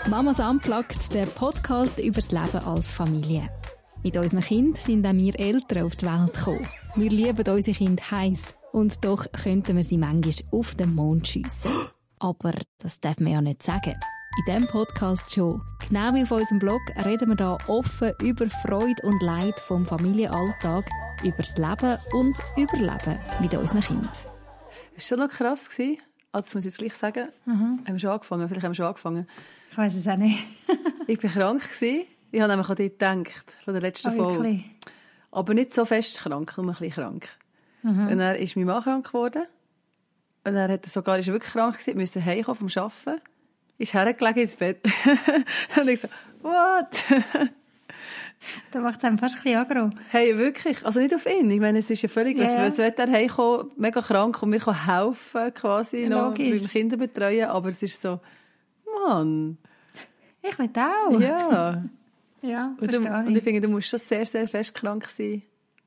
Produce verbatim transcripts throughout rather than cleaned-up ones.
Mamas Unplugged, der Podcast über das Leben als Familie. Mit unseren Kindern sind auch wir Eltern auf die Welt gekommen. Wir lieben unsere Kinder heiß und doch könnten wir sie manchmal auf den Mond schiessen. Aber das darf man ja nicht sagen. In diesem Podcast schon. Genau wie auf unserem Blog reden wir hier offen über Freude und Leid vom Familienalltag, über das Leben und Überleben mit unseren Kindern. Es war schon noch krass. Also, das muss ich jetzt gleich sagen. Mhm. Haben wir schon angefangen? Vielleicht haben wir schon angefangen. Ich weiss es auch nicht. Ich war krank. Ich habe nämlich an dich gedacht, von der letzten oh, Folge. Wirklich? Aber nicht so fest krank, nur ein bisschen krank. Mhm. Und dann ist mein Mann krank geworden. Und dann hat er sogar, ist er wirklich krank gewesen, musste heimkommen vom Arbeiten. Ist hergelegen ins Bett. Und ich so, what? Da macht es einem fast ein bisschen aggro. Hey, wirklich. Also nicht auf ihn. Ich meine, es ist ja völlig, yeah. was, was wird er heimkommen, mega krank und mir kann helfen, quasi, noch beim Kinder betreuen. Aber es ist so, Mann. Ich will auch. Ja. Ja, und, du, und ich finde, du musst schon sehr, sehr fest krank sein.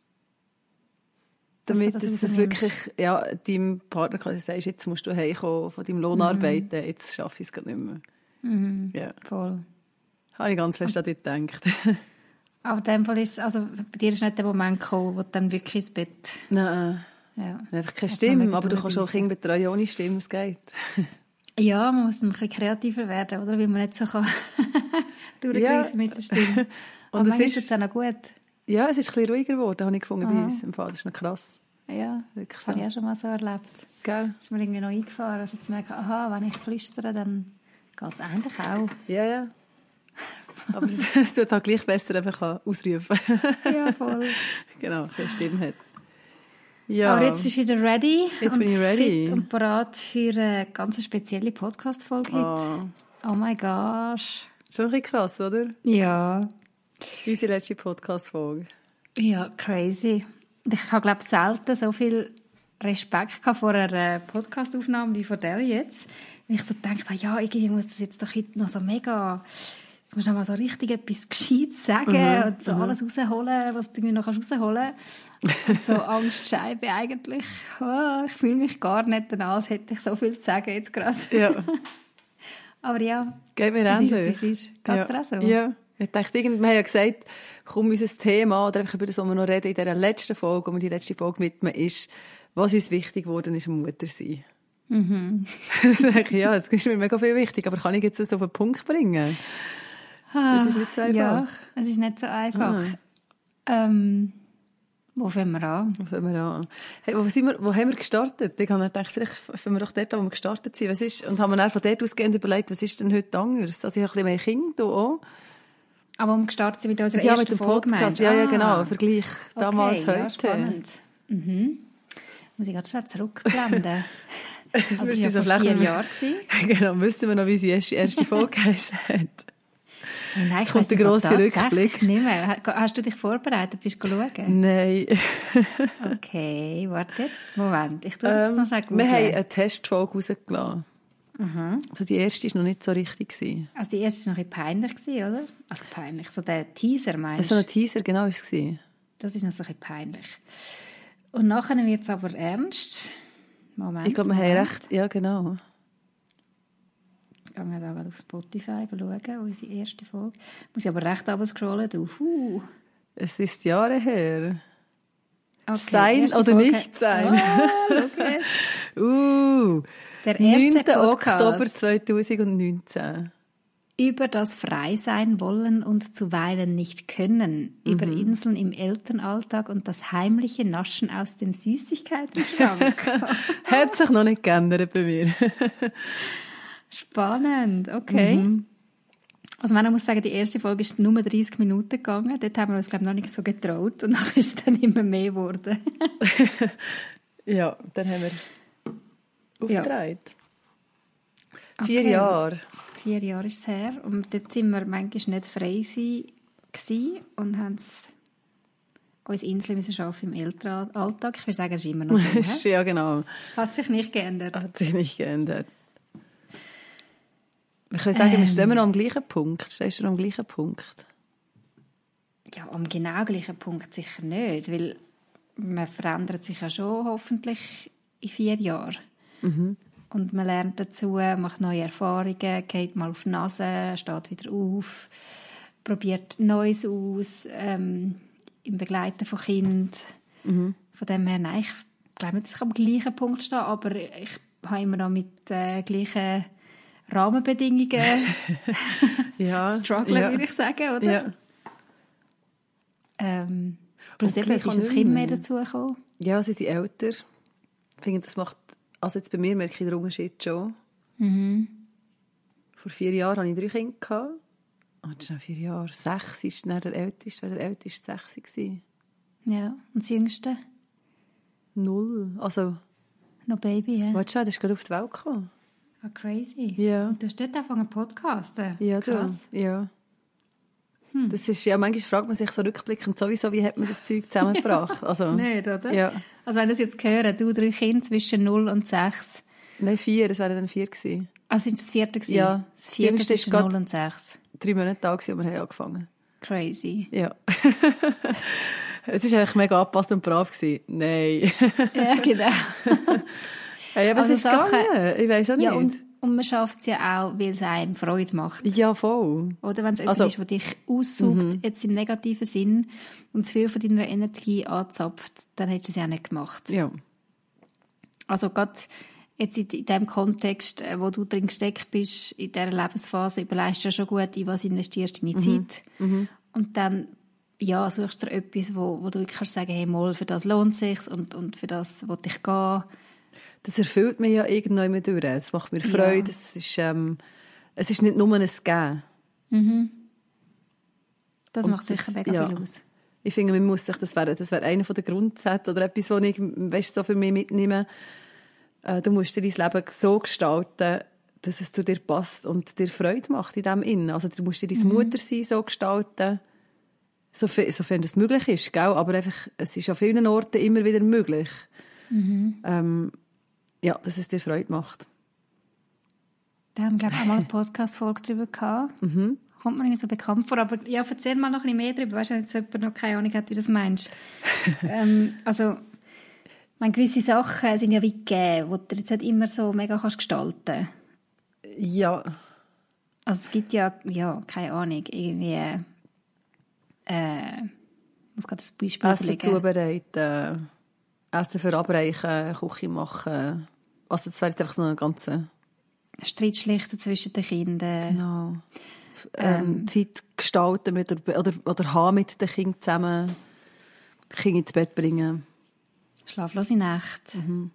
Damit dass das wirklich, ja, deinem Partner quasi sagst, jetzt musst du heimkommen von deinem Lohn arbeiten, mhm. jetzt schaffe ich es gar nicht mehr. Mhm. Ja. Voll. Habe ich ganz fest an dich gedacht. Aber in dem Fall ist, also bei dir ist nicht der Moment gekommen, wo du dann wirklich ins Bett... Nein. Ja. Einfach keine Stimme, aber du kannst auch Kinder betreuen ohne Stimme, es geht. Ja, man muss ein bisschen kreativer werden, oder? Weil man nicht so kann durchgreifen ja. mit der Stimme. Und aber manchmal ist es auch noch gut. Ja, es ist ein bisschen ruhiger geworden, habe ich gefunden, bei uns. Im Fall. Das ist noch krass. Ja, wirklich das so. Habe ich auch schon mal so erlebt. Gell? Ist mir irgendwie noch eingefahren, also zu merken, aha, wenn ich flüstere, dann geht es eigentlich auch. Ja, ja. Aber es, es tut halt gleich besser, wenn man ausrufen kann. Ja, voll. Genau, keine Stimme hat. Ja. Aber jetzt bist du wieder ready. Jetzt bin ich ready. Fit und bereit für eine ganz spezielle Podcast-Folge. Oh. Oh mein Gott. Schon ein bisschen krass, oder? Ja. Unsere letzte Podcast-Folge. Ja, crazy. Ich habe, glaube ich, selten so viel Respekt vor einer Podcast-Aufnahme wie von der jetzt. Weil ich so gedacht habe, ja, irgendwie muss das jetzt doch heute noch so mega... Jetzt musst du noch mal so richtig etwas Gescheites sagen mhm, und so mhm. alles rausholen, was du irgendwie noch rausholen kannst. Und so Angstscheibe eigentlich. Oh, ich fühle mich gar nicht danach, als hätte ich so viel zu sagen jetzt gerade. Ja. Aber ja, geht mir das ähnlich. ist, wie es ist. Geht es dir auch so? Ja. Ich dachte, wir haben ja gesagt, komm, unser Thema, oder einfach über das, was wir noch reden, in dieser letzten Folge, wo wir die letzte Folge widmen, ist, was uns wichtig geworden ist, Mutter sein. Mhm. Ja, das ist mir mega viel wichtig, aber kann ich jetzt das auf den Punkt bringen? Das ist nicht so einfach. Ja, es ist nicht so einfach. Ah. Ähm, wo fangen wir an? Wo fangen wir an? Hey, wo, sind wir, wo haben wir gestartet? Ich habe gedacht, vielleicht fangen wir doch dort an, wo wir gestartet sind. Was ist, und haben wir dann von dort ausgehend überlegt, was ist denn heute anders? Also ich habe ein bisschen mehr Kinder, du auch. Aber wo wir gestartet sind mit unserer ja, ersten mit dem Folge, Podcast. Ja, ja, genau. Vergleich damals, okay, heute. Ja, spannend. Mhm. Muss ich gerade schnell zurückblenden. Also das war ja so vor vier Jahren. Genau, wüssten wir noch, wie unsere erste Folge geheißen hat. Nein, jetzt kommt der grosse Rückblick. Nicht mehr. Hast du dich vorbereitet? Bist du schauen? Nein. Okay, warte jetzt. Moment, ich tue es jetzt ähm, noch schnell googeln. Wir haben eine Testfolge rausgelassen. Mhm. Also die erste war noch nicht so richtig. Also die erste war noch ein bisschen peinlich, oder? Also peinlich, so der Teaser meinst du? So ein Teaser, genau, war es. Das ist noch so ein bisschen peinlich. Und nachher wird es aber ernst. Moment. Ich glaube, wir haben recht, ja genau. Ich gehe da auf Spotify schauen, unsere erste Folge. Muss ich aber recht runterscrollen. Uh. Es ist Jahre her. Okay, sein oder Folge. Nicht sein. Oh, okay. uh, Der erste neunten Oktober zweitausendneunzehn. Über das Freisein wollen und zuweilen nicht können. Mhm. Über Inseln im Elternalltag und das heimliche Naschen aus dem Süßigkeitenschrank. Hat sich noch nicht geändert bei mir. Spannend, okay. Mhm. Also man muss sagen, die erste Folge ist nur dreißig Minuten gegangen. Dort haben wir uns, glaube ich, noch nicht so getraut. Und nachher ist es dann immer mehr geworden. Ja, dann haben wir aufgetragen. Ja. Vier okay. Jahre. Vier Jahre ist es her. Und dort sind wir manchmal nicht frei gewesen und haben uns Inseln müssen schaffen im Elternalltag. Ich würde sagen, es ist immer noch so. Ja, genau. Hat sich nicht geändert. Hat sich nicht geändert. Wir können sagen, ähm, wir stehen noch am gleichen Punkt. Stehst du am gleichen Punkt? Ja, am genau gleichen Punkt sicher nicht, weil man verändert sich ja schon hoffentlich in vier Jahren. Mhm. und man lernt dazu, macht neue Erfahrungen, geht mal auf die Nase, steht wieder auf, probiert Neues aus, ähm, im Begleiten von Kindern. Mhm. Von dem her, nein, ich glaube nicht, dass ich am gleichen Punkt stehe, aber ich habe immer noch mit äh, gleichen Rahmenbedingungen ja, strugglen, ja. würde ich sagen, oder? Ja. Ähm, plus eben, ist das Kind mehr dazugekommen. Ja, sie sind älter. Ich finde, das macht, also jetzt bei mir merke ich den Unterschied schon. Mhm. Vor vier Jahren hatte ich drei Kinder. Oh, das ist noch vier Jahre. Sechs ist dann der Älteste, weil der Älteste sechs war. Ja, und das Jüngste? Null. Also, noch Baby, ja? Weißt du, das ist gerade auf die Welt gekommen. Ah, oh, crazy. Ja. Und du hast dort angefangen zu podcasten? Ja, krass. Du. Ja. Hm. Das ist, ja, manchmal fragt man sich so rückblickend sowieso, wie hat man das Zeug zusammengebracht? Also, nicht, oder? Ja. Also wenn ich das jetzt höre, du drei Kinder zwischen null und sechs. Nein, vier, das wären dann vier gewesen. Ah, sind das vierte gewesen? Ja. Das vierte das zwischen null und sechs. Drei Monate da gewesen, und wir haben angefangen. Crazy. Ja. Es war eigentlich mega angepasst und brav gewesen. Nein. Ja, genau. Hey, aber also es ist Sachen, gegangen. Ich weiss auch nicht. Ja, und, und man schafft es ja auch, weil es einem Freude macht. Ja, voll. Oder wenn es etwas also, ist, was dich aussaugt, mhm. jetzt im negativen Sinn, und zu viel von deiner Energie anzapft, dann hättest du es ja nicht gemacht. Ja. Also gerade jetzt in, in dem Kontext, wo du drin gesteckt bist, in dieser Lebensphase, überlegst du ja schon gut, in was investierst du deine mhm. Zeit. Mhm. Und dann ja, suchst du dir etwas, wo, wo du wirklich kannst sagen, hey, mal, für das lohnt es sich und, und für das will ich gehen. Das erfüllt mich ja irgendwann mehr durch. Es macht mir Freude. Ja. Es, ist, ähm, es ist nicht nur ein Gehen. Mhm. Das und macht sicher mega ja. viel aus. Ich finde, man muss sich, das wäre das wär einer der Grundsätze oder etwas, was ich weißt, so für mich mitnehme. Äh, du musst dir dein Leben so gestalten, dass es zu dir passt und dir Freude macht in dem Innen. Also du musst dir deine mhm. Muttersein so gestalten, sofern, sofern das möglich ist. Gell? Aber einfach, es ist an vielen Orten immer wieder möglich. Mhm. Ähm, ja, dass es dir Freude macht. Da haben wir, glaube ich, auch mal eine Podcast-Folge darüber gehabt. Mhm. Kommt mir nicht so bekannt vor, aber ja, erzähl mal noch ein bisschen mehr darüber. Weißt du, wenn jetzt jemand noch keine Ahnung hat, wie du das meinst. ähm, also, meine, gewisse Sachen sind ja wie gegeben, die du jetzt nicht immer so mega kannst gestalten. Ja. Also es gibt ja, ja, keine Ahnung, irgendwie, äh, ich muss gerade das Beispiel Essen überlegen. Zubereiten, Essen verabreichen, Küche machen. Also das wäre jetzt einfach so eine ganze... Streit schlichten zwischen den Kindern. Genau. Ähm, ähm, Zeit gestalten mit, oder, oder haben mit den Kindern zusammen. Kinder ins Bett bringen. Schlaflose Nächte. Mhm.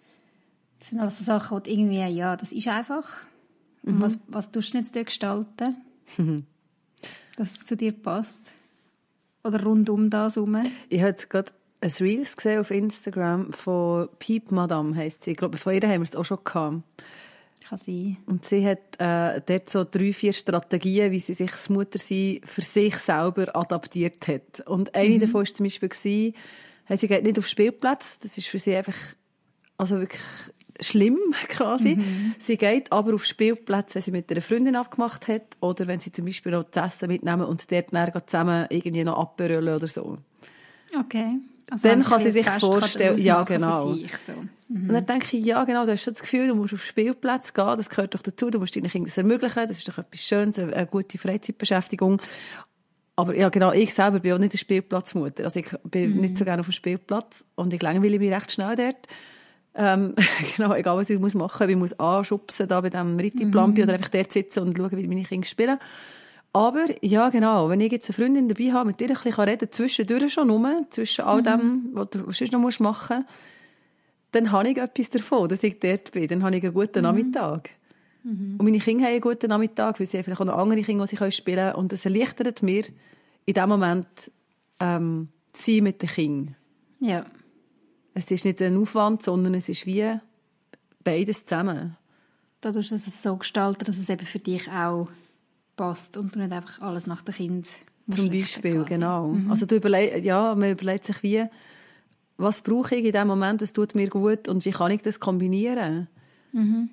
Das sind alles so Sachen, die irgendwie, ja, das ist einfach. Mhm. Und was, was tust du jetzt dort gestalten? Mhm. Dass es zu dir passt? Oder rund um das herum? Ich habe jetzt gerade ein Reels gesehen auf Instagram von Piep Madame, heisst sie. Ich glaube, von ihr haben wir es auch schon gehabt. Kann sein. Und sie hat äh, dort so drei, vier Strategien, wie sie sich das Muttersein für sich selber adaptiert hat. Und eine mhm. davon war zum Beispiel, gewesen, sie geht nicht auf Spielplatz. Das ist für sie einfach also wirklich schlimm quasi. Mhm. Sie geht aber auf Spielplätze, wenn sie mit einer Freundin abgemacht hat oder wenn sie zum Beispiel noch das Essen mitnehmen und dort dann zusammen irgendwie noch abberüllen oder so. Okay. Also dann kann sie sich vorstellen, ja genau. Sich, so. Mhm. Und dann denke ich, ja genau, du hast schon das Gefühl, du musst auf Spielplätze gehen, das gehört doch dazu, du musst deinen Kindern das ermöglichen, das ist doch etwas Schönes, eine gute Freizeitbeschäftigung. Aber ja genau, ich selber bin auch nicht eine Spielplatzmutter, also ich bin mhm. nicht so gerne auf dem Spielplatz und ich langweile mich recht schnell dort. Ähm, genau, egal was ich muss machen, ich muss anschubsen da bei diesem Ritti-Plampi mhm. oder einfach dort sitzen und schauen, wie meine Kinder spielen. Aber, ja, genau, wenn ich jetzt eine Freundin dabei habe, mit der ich ein bisschen reden kann, zwischendurch schon rum, zwischen all dem, was du sonst noch machen musst, dann habe ich etwas davon, dass ich dort bin. Dann habe ich einen guten mhm. Nachmittag. Mhm. Und meine Kinder haben einen guten Nachmittag, weil sie haben vielleicht auch noch andere Kinder, die sie spielen können. Und das erleichtert mir in dem Moment ähm, das Sein mit den Kindern. Ja. Es ist nicht ein Aufwand, sondern es ist wie beides zusammen. Da tust du es so gestalten, dass es eben für dich auch passt und du nicht einfach alles nach den Kindern zum Beispiel, genau. Mhm. Also du überleg, ja, man überlegt sich wie, was brauche ich in diesem Moment, was tut mir gut und wie kann ich das kombinieren? Mhm.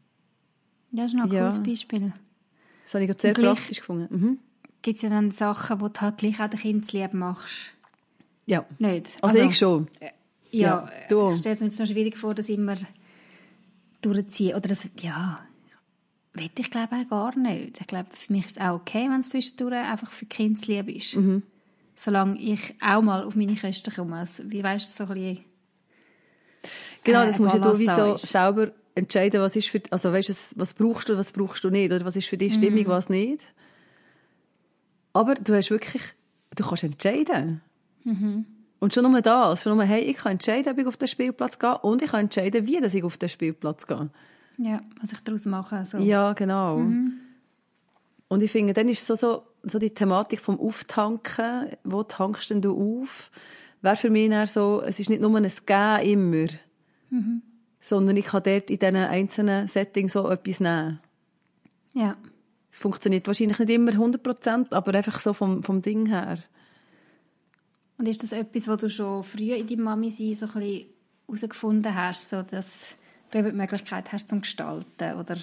Ja, das ist noch ein ja. cooles Beispiel. Das habe ich gerade sehr gleich praktisch gefunden. Mhm. Gibt es ja dann Sachen, wo du halt gleich auch den Kindern lieb machst? Ja. Nicht? Also, also ich schon. Ja, ja ich stelle es mir jetzt noch schwierig vor, dass immer durchziehen. Oder das, ja, will ich glaube auch gar nicht. Ich glaube, für mich ist es auch okay, wenn es zwischendurch einfach für die Kinder lieb ist. Mhm. Solange ich auch mal auf meine Kosten komme. Also, wie weißt du, so ein bisschen, genau, äh, das musst du wie so selber entscheiden, was ist für, also weißt, was brauchst du, was brauchst du nicht, oder was ist für dich Stimmung, mhm. was nicht. Aber du hast wirklich, du kannst entscheiden. Mhm. Und schon nur das, schon nur, hey, ich kann entscheiden, ob ich auf den Spielplatz gehe, und ich kann entscheiden, wie dass ich auf den Spielplatz gehe. Ja, was ich daraus mache. So. Ja, genau. Mhm. Und ich finde, dann ist so, so, so die Thematik vom Auftanken, wo tankst denn du auf, wäre für mich dann so, es ist nicht nur ein Gehen immer, mhm. sondern ich kann dort in diesen einzelnen Settings so etwas nehmen. Ja. Es funktioniert wahrscheinlich nicht immer hundert Prozent, aber einfach so vom, vom Ding her. Und ist das etwas, was du schon früher in deinem Mami-Sein so ein bisschen herausgefunden hast, so dass du eben die Möglichkeit hast zum Gestalten, oder?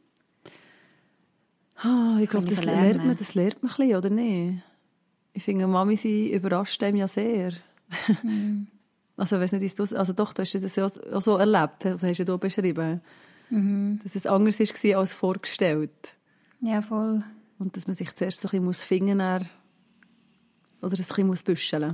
Oh, ich glaube, das lernt man, das lernt man ein bisschen, oder nicht? Ich finde, Mami-Sein überrascht einem ja sehr. Mm. Also, ich weiss nicht, du, also doch, du hast das ja auch so erlebt, das hast du ja beschrieben, mm-hmm. dass es anders war als vorgestellt. Ja, voll. Und dass man sich zuerst so ein bisschen finden muss, oder ein bisschen büscheln muss.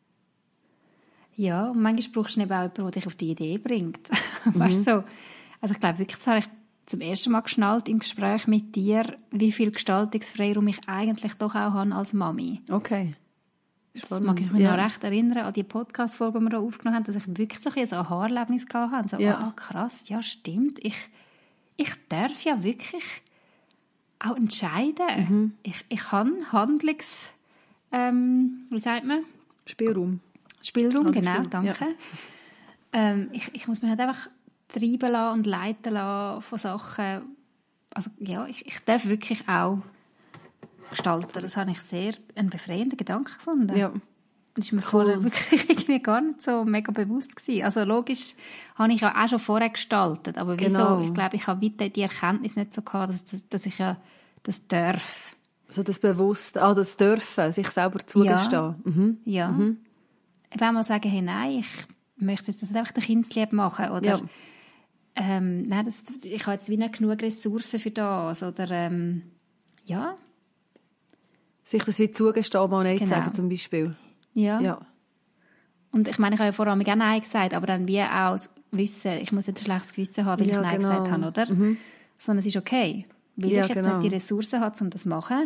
Ja, und manchmal brauchst du eben auch jemanden, der dich auf die Idee bringt. Mhm. Weißt du, so? Also ich glaube wirklich, das habe ich zum ersten Mal geschnallt im Gespräch mit dir, wie viel Gestaltungsfreiraum ich eigentlich doch auch habe als Mami. Okay. Das Spannend. Mag ich mich ja. noch recht erinnern an die Podcast-Folge, die wir da aufgenommen haben, dass ich wirklich so ein, so ein Aha-Erlebnis hatte. So, ja. ah, krass, ja stimmt. Ich, ich darf ja wirklich auch entscheiden. Mhm. Ich, ich habe Handlungs... Ähm, wie sagt man? Spielraum. Spielraum, genau, danke. Ja. Ähm, ich, ich muss mich halt einfach treiben lassen und leiten lassen von Sachen. Also ja, ich, ich darf wirklich auch gestalten. Das habe ich sehr einen befreienden Gedanken gefunden. Ja. Das ist mir cool. Vorher wirklich irgendwie gar nicht so mega bewusst gewesen. Also logisch habe ich ja auch schon vorher gestaltet, aber wieso? Genau. Ich glaube, ich habe weiter die Erkenntnis nicht so gehabt, dass, dass ich ja das darf. So das Bewusste, ah, das Dürfen, sich selber zugestehen. Ja. Mhm. ja. Mhm. Wenn man sagen, hey, nein, ich möchte jetzt das einfach den Kindeslieb machen. Oder, ja. ähm, nein, das, ich habe jetzt wie nicht genug Ressourcen für das. Oder, ähm, ja. Sich das wie zugestehen, mal nicht genau. sagen, zum Beispiel. Ja. ja. Und ich meine, ich habe ja vorher auch Nein gesagt, aber dann wie auch wissen, ich muss nicht ein schlechtes Gewissen haben, weil ja, ich Nein genau. gesagt habe, oder? Mhm. Sondern es ist okay, weil ja, ich jetzt genau. nicht die Ressourcen habe, um das zu machen.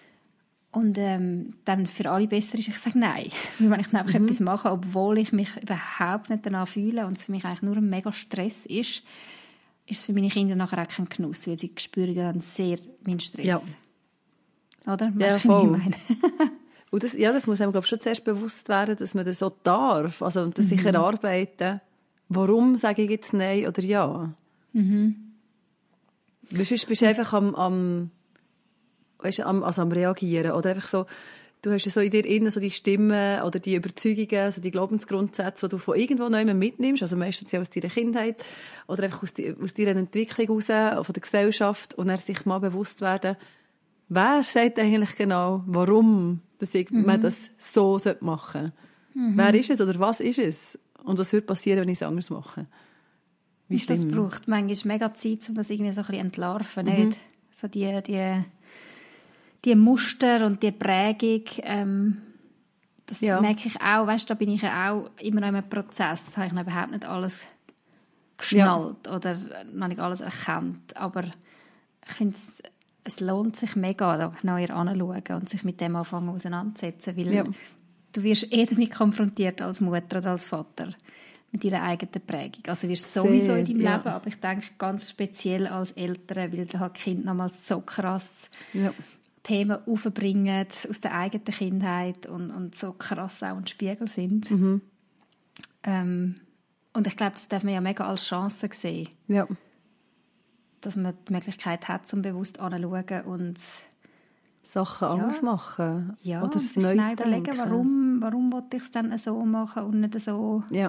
Und ähm, dann für alle besser ist, ich sage Nein. Wenn ich dann einfach mhm. etwas mache, obwohl ich mich überhaupt nicht danach fühle und es für mich eigentlich nur ein mega Stress ist, ist es für meine Kinder nachher auch kein Genuss, weil sie spüren dann sehr meinen Stress. Ja. Oder? Ja, weißt du, was ich meine? Und das, ja, das muss einem, glaube ich, schon zuerst bewusst werden, dass man das so darf. Also, und das mhm. sich erarbeiten. Warum sage ich jetzt Nein oder Ja? Mhm. Weil sonst bist du einfach am... am Weißt, am, also am Reagieren. Oder einfach so, du hast ja so in dir innen so die Stimmen oder die Überzeugungen, so die Glaubensgrundsätze, die du von irgendwo neu mitnimmst, also meistens ja aus deiner Kindheit oder einfach aus, die, aus deiner Entwicklung heraus, von der Gesellschaft, und dann sich mal bewusst werden, wer sagt eigentlich genau, warum dass mhm. man das so machen sollte. Mhm. Wer ist es oder was ist es? Und was würde passieren, wenn ich es anders mache? Wie das braucht manchmal mega Zeit, um das irgendwie so ein bisschen entlarven, mhm. nicht? So die... die die Muster und die Prägung, ähm, das ja. merke ich auch, weißt, da bin ich ja auch immer noch in einem Prozess, da habe ich noch überhaupt nicht alles geschnallt ja. oder noch nicht alles erkannt, aber ich finde, es, es lohnt sich mega, da genauer anzuschauen und sich mit dem anfangen auseinanderzusetzen, weil ja. du wirst eh damit konfrontiert als Mutter oder als Vater mit ihrer eigenen Prägung. Also du wirst sowieso Sehr, in deinem ja. Leben, aber ich denke ganz speziell als Eltern, weil da hat Kind nochmals so krass ja. Themen aufbringen aus der eigenen Kindheit und, und so krass auch ein Spiegel sind. Mhm. Ähm, und ich glaube, das darf man ja mega als Chance sehen. Ja. Dass man die Möglichkeit hat, um bewusst anzuschauen und Sachen ja, anders machen. Ja, oder sich neu überlegen, warum, warum will ich es dann so machen und nicht so. Ja.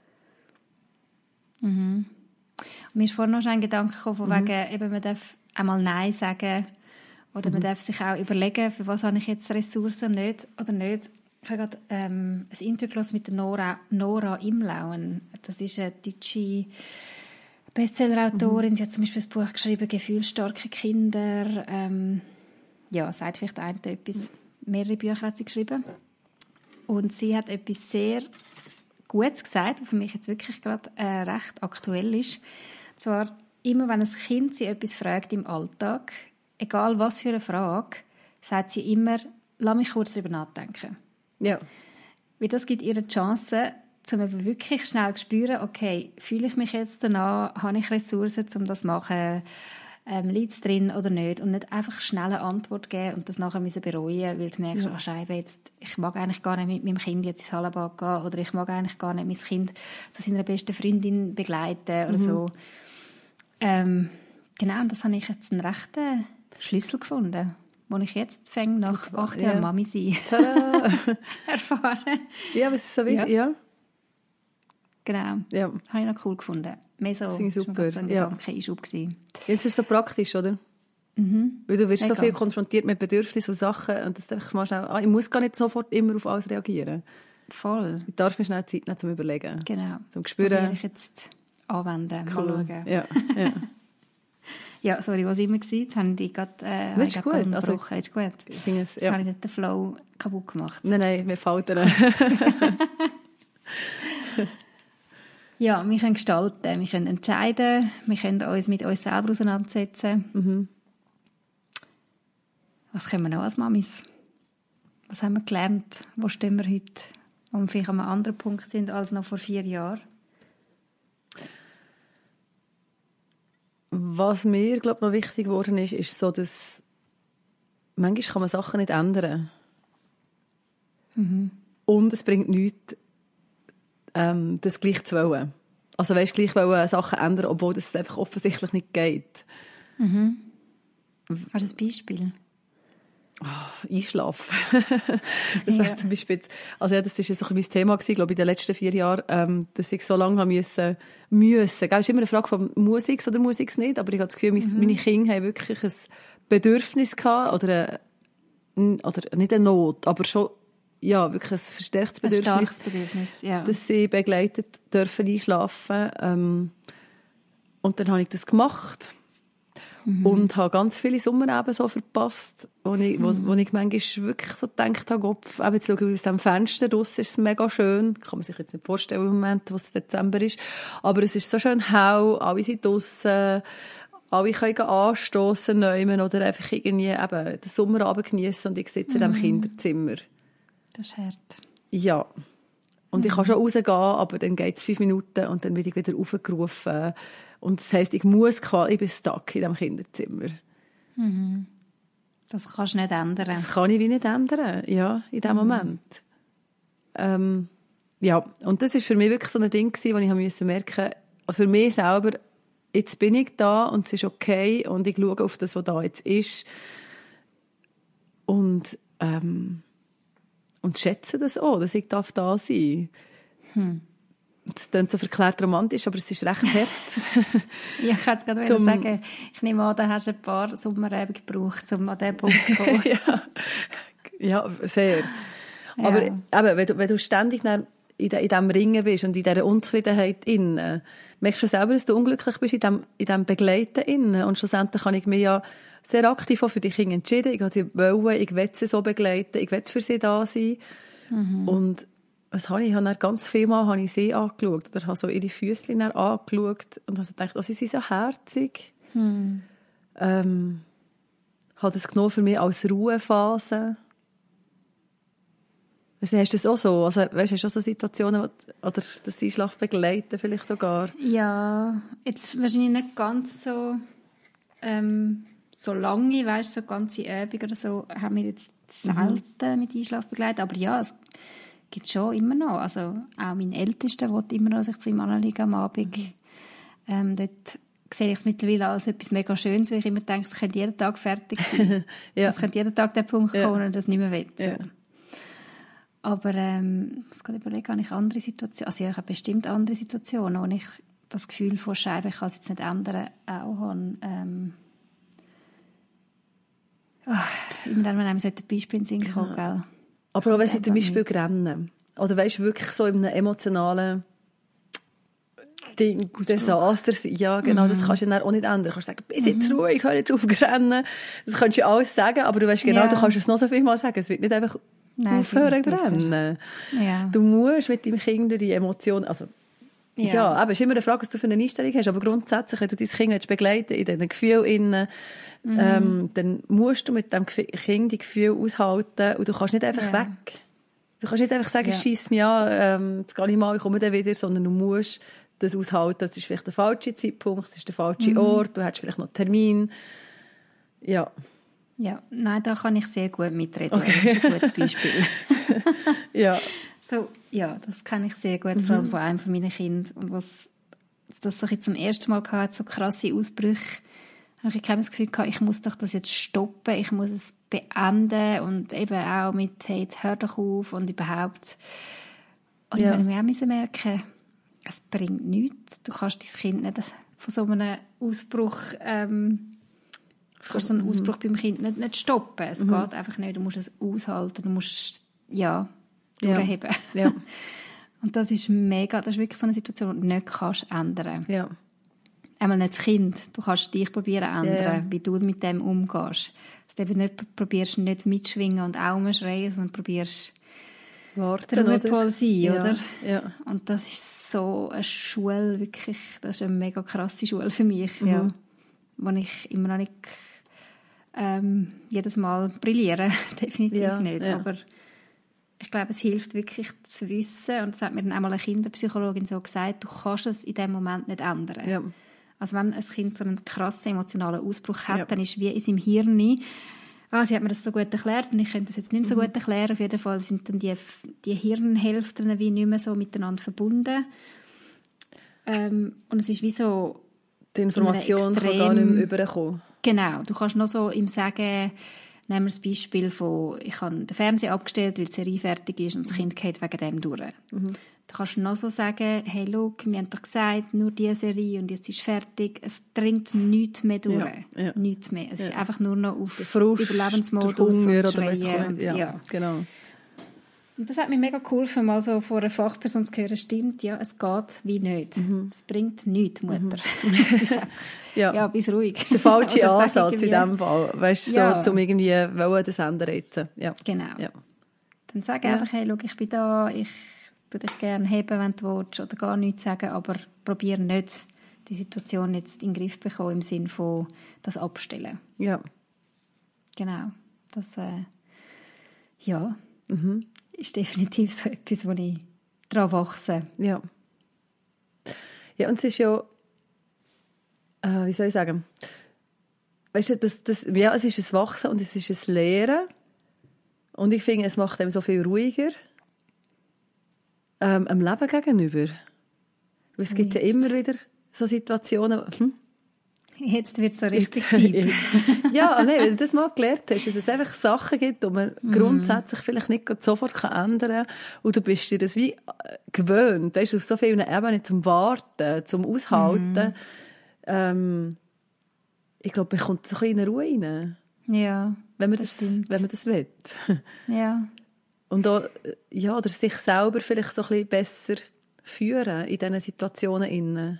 Mhm. Und mir ist vorhin noch schon ein Gedanke gekommen, von mhm. wegen, eben, man darf einmal Nein sagen. Oder mhm. man darf sich auch überlegen, für was habe ich jetzt Ressourcen nicht oder nicht. Ich habe gerade ähm, ein Interview mit der Nora, Nora Imlauen. Das ist eine deutsche Bestseller-Autorin. Mhm. Sie hat zum Beispiel ein Buch geschrieben, «Gefühlsstarke Kinder». Ähm, ja, sagt vielleicht ein etwas. Mehrere Bücher hat sie geschrieben. Und sie hat etwas sehr Gutes gesagt, was für mich jetzt wirklich gerade äh, recht aktuell ist. Und zwar, immer wenn ein Kind sie etwas fragt im Alltag, egal was für eine Frage, sagt sie immer, lass mich kurz darüber nachdenken. Ja. Weil das gibt ihr die Chance, um eben wirklich schnell zu spüren, okay, fühle ich mich jetzt danach, habe ich Ressourcen, um das zu machen, ähm, liegt es drin oder nicht, und nicht einfach schnell eine Antwort geben und das nachher müssen bereuen, weil du merkst, ja. oh, Scheibe, jetzt, ich mag eigentlich gar nicht mit meinem Kind jetzt ins Hallenbad gehen oder ich mag eigentlich gar nicht mein Kind zu seiner besten Freundin begleiten oder mhm. so. Ähm, genau, und das habe ich jetzt einen rechten Schlüssel gefunden, wo ich jetzt fänge, nach acht Jahren ja. Mami sein, erfahren. Ja, aber es ist so wichtig, ja. ja. Genau, ja. habe ich noch cool gefunden. Mehr so, das ist super. So ein ja. Gedankeneinschub gewesen. Jetzt ist es so praktisch, oder? Mhm. Weil du wirst Mega. so viel konfrontiert mit Bedürfnissen und Sachen und das einfach mal schnell, ah, ich muss gar nicht sofort immer auf alles reagieren. Voll. Ich darf mir schnell Zeit nehmen, zum Überlegen. Genau. Zum Spüren. Das werde ich jetzt anwenden, cool. mal schauen. Ja, ja. Ja, sorry, was immer war, jetzt habe ich gerade äh, das ist gut. Also, ist gut. Ich finde es, ja. Jetzt habe ich nicht den Flow kaputt gemacht. Nein, nein, wir falten. Ja, wir können gestalten, wir können entscheiden, wir können uns mit uns selber auseinandersetzen. Mhm. Was können wir noch als Mamis? Was haben wir gelernt? Wo stehen wir heute? Wo wir vielleicht an einem anderen Punkt sind als noch vor vier Jahren? Was mir, glaube ich, noch wichtig geworden ist, ist so, dass manchmal kann man Sachen nicht ändern. Mhm. Und es bringt nichts, ähm, das gleich zu wollen. Also weißt, gleich wollen Sachen ändern, obwohl das einfach offensichtlich nicht geht. Mhm. Hast du ein Beispiel? Oh, Einschlafen. das ja. zum Beispiel, also ja, das war so mein Thema gewesen, glaube ich, in den letzten vier Jahren, ähm, dass ich so lange haben müssen, müssen. Es ist immer eine Frage von Musik oder Musik nicht, aber ich habe das Gefühl, mhm. meine Kinder haben wirklich ein Bedürfnis gehabt, oder, eine, oder nicht eine Not, aber schon ja, wirklich ein verstärktes Bedürfnis, ein starkes Bedürfnis, ja. dass sie begleitet dürfen einschlafen. Ähm, und dann habe ich das gemacht. Mhm. Und habe ganz viele Sommerabende so verpasst, wo ich, wo, mhm. wo ich manchmal wirklich so gedacht habe, Gott, eben zu schauen, aus dem Fenster draussen ist es mega schön. Kann man sich jetzt nicht vorstellen im Moment, wo es Dezember ist. Aber es ist so schön hell, alle sind draussen, alle können anstossen nehmen oder einfach irgendwie eben den Sommerabend genießen und ich sitze mhm. in diesem Kinderzimmer. Das ist hart. Ja. Und mhm. ich kann schon rausgehen, aber dann geht es fünf Minuten und dann werde ich wieder aufgerufen. Und das heisst, ich muss quasi, ich bin stuck in diesem Kinderzimmer. Mhm. Das kannst du nicht ändern. Das kann ich wie nicht ändern, ja, in diesem mhm. Moment. Ähm, ja, und das war für mich wirklich so ein Ding, wo ich merken musste, für mich selber, jetzt bin ich da und es ist okay und ich schaue auf das, was da jetzt ist. Und, ähm, und schätze das auch, dass ich da sein darf. Hm. Das klingt so verklärt romantisch, aber es ist recht hart. Ja, ich wollte es gerade Zum... sagen. Ich nehme an, da hast du ein paar Sommerabende gebraucht, um an diesen Punkt zu kommen. ja. ja, sehr. Ja. Aber eben, wenn, du, wenn du ständig in, in diesem Ringen bist und in dieser Unzufriedenheit innen, merkst du selber, dass du unglücklich bist in diesem, in diesem Begleiten innen. Und schlussendlich habe ich mich ja sehr aktiv auch für die Kinder entschieden. Ich wollte, ich will sie so begleiten, ich will für sie da sein. Mhm. Und was habe ich? Ich habe dann ganz viel Mal habe ich sie angeschaut oder habe so ihre Füßchen angeschaut und habe gedacht, oh, sie sind so herzig. Hm. Ähm, habe das genommen für mich als Ruhephase. Also, hast du das auch so? Also, weißt, hast du auch so Situationen, wo, oder das Einschlafen begleiten vielleicht sogar? Ja, jetzt wahrscheinlich nicht ganz so, ähm, so lange, weißt, so ganze Übungen oder so, haben wir jetzt selten mhm. mit Einschlafen begleitet. Aber ja, es gibt schon immer noch. Also auch mein Ältester will immer noch sich zu ihm anlegen am Abend. Mhm. Ähm, dort sehe ich es mittlerweile als etwas mega Schönes, weil ich immer denke, es könnte jeden Tag fertig sein. ja. Es könnte jeden Tag der Punkt kommen, ja. und das nicht mehr will. So. Ja. Aber ähm, ich muss überlegen, habe ich andere Situationen, also ja, ich habe bestimmt andere Situationen, wo ich das Gefühl von Scheibe, ich kann es jetzt nicht ändern, auch habe. Ähm, oh, immer dann, wenn einem so ein Beispiel in den Sinn kommt, ja. gell? Aber auch wenn sie zum Beispiel rennen. Oder weißt du, wirklich so in einem emotionalen Ding, Desaster sein. Ja, genau, mhm. das kannst du dann auch nicht ändern. Du kannst sagen, bist jetzt mhm. ruhig, hör jetzt auf zu rennen. Das kannst du ja alles sagen, aber du weißt genau, ja. du kannst es noch so viel mal sagen. Es wird nicht einfach Nein, aufhören zu rennen. Ja. Du musst mit deinem Kind durch die Emotionen, also ja, ja aber es ist immer eine Frage, was du für eine Einstellung hast, aber grundsätzlich, wenn du dein Kind begleiten in diesen Gefühlen, mhm. ähm, dann musst du mit dem Kind die Gefühle aushalten und du kannst nicht einfach ja. weg. Du kannst nicht einfach sagen, ja. schieß mich an, ähm, jetzt gehe ich mal, ich komme dann wieder, sondern du musst das aushalten. Das ist vielleicht der falsche Zeitpunkt, das ist der falsche mhm. Ort, du hast vielleicht noch einen Termin. Ja. Ja, nein, da kann ich sehr gut mitreden. Okay. Das ist ein gutes Beispiel. ja. So, ja, das kenne ich sehr gut, mhm. vor allem von einem meiner Kinder. Und was das so zum ersten Mal hatte, so krasse Ausbrüche, habe ich das Gefühl gehabt, ich muss doch das jetzt stoppen, ich muss es beenden und eben auch mit, hey, jetzt hör doch auf und überhaupt. Und ja. ich habe mir auch merken, es bringt nichts. Du kannst dein Kind nicht von so einem Ausbruch, ähm, du kannst so einen Ausbruch beim Kind nicht, nicht stoppen. Es mhm. geht einfach nicht. Du musst es aushalten, du musst, ja, durchheben. Ja. Ja. Und das ist mega, das ist wirklich so eine Situation, die du nicht kannst ändern. Ja. Einmal nicht das Kind. Du kannst dich probieren zu ändern, ja, ja. wie du mit dem umgehst. Dass du eben nicht probierst, nicht mitschwingen und auch mal schreien, sondern probierst warten, der Ruhepol sein, ja. oder? Ja. Und das ist so eine Schule, wirklich, das ist eine mega krasse Schule für mich, mhm. ja. Wo ich immer noch nicht ähm, jedes Mal brilliere, definitiv ja, nicht. Ja. Aber ich glaube, es hilft wirklich zu wissen, und das hat mir dann einmal eine Kinderpsychologin so gesagt, du kannst es in dem Moment nicht ändern. Ja. Also wenn ein Kind so einen krassen emotionalen Ausbruch hat, ja. dann ist wie in seinem Hirn, ah, sie hat mir das so gut erklärt und ich könnte das jetzt nicht mehr so mhm. gut erklären, auf jeden Fall sind dann die, die Hirnhälften wie nicht mehr so miteinander verbunden. Ähm, und es ist wie so... Die Information extrem, kann gar nicht mehr rüberkommen. Genau, du kannst noch so ihm sagen, nehmen wir das Beispiel von, ich habe den Fernseher abgestellt, weil die Serie fertig ist und das Kind geht wegen dem durch. Mhm. Du kannst noch so sagen, hey, look, wir haben doch gesagt, nur diese Serie und jetzt ist fertig. Es dringt nichts mehr durch. Ja, ja. Nichts mehr. Es ja. ist einfach nur noch auf Frust, Überlebensmodus Hunger und Schreien. Und, ja, ja. Genau. Und das hat mir mega geholfen, mal so von einer Fachperson zu hören, stimmt, ja, es geht wie nicht. Mhm. Es bringt nichts, Mutter. Mhm. ja. ja, bist ruhig. Das ist der falsche Ansatz in diesem Fall. Weißt du, ja. so, um irgendwie wollen, das ändern jetzt. Ja. Genau. Ja. Dann sag ja. einfach, hey, schau, ich bin da, ich tu dich gerne heben, wenn du willst, oder gar nichts sagen, aber probier nicht, die Situation jetzt in den Griff zu bekommen, im Sinne von das Abstellen. Ja. Genau. Das, äh, ja, mhm. ist definitiv so etwas, wo ich daran wachse. Ja. Ja, und es ist ja, äh, wie soll ich sagen, weißt du, das, das, ja, es ist ein Wachsen und es ist ein Lehren. Und ich finde, es macht einem so viel ruhiger ähm, am Leben gegenüber. Weil es gibt ja immer wieder so Situationen, hm? Jetzt wird es so richtig deep. Ja, nein, wenn du das mal gelernt hast, dass es einfach Sachen gibt, die man mm. grundsätzlich vielleicht nicht sofort ändern kann. Und du bist dir das wie gewöhnt, weißt du, auf so vielen Ebenen zum Warten, zum Aushalten. Mm. Ähm, ich glaube, man kommt so ein bisschen in eine Ruhe rein. Ja, wenn man das, das, das wenn man das will. Ja. Und auch, ja, oder sich selber vielleicht so ein bisschen besser führen in diesen Situationen innen.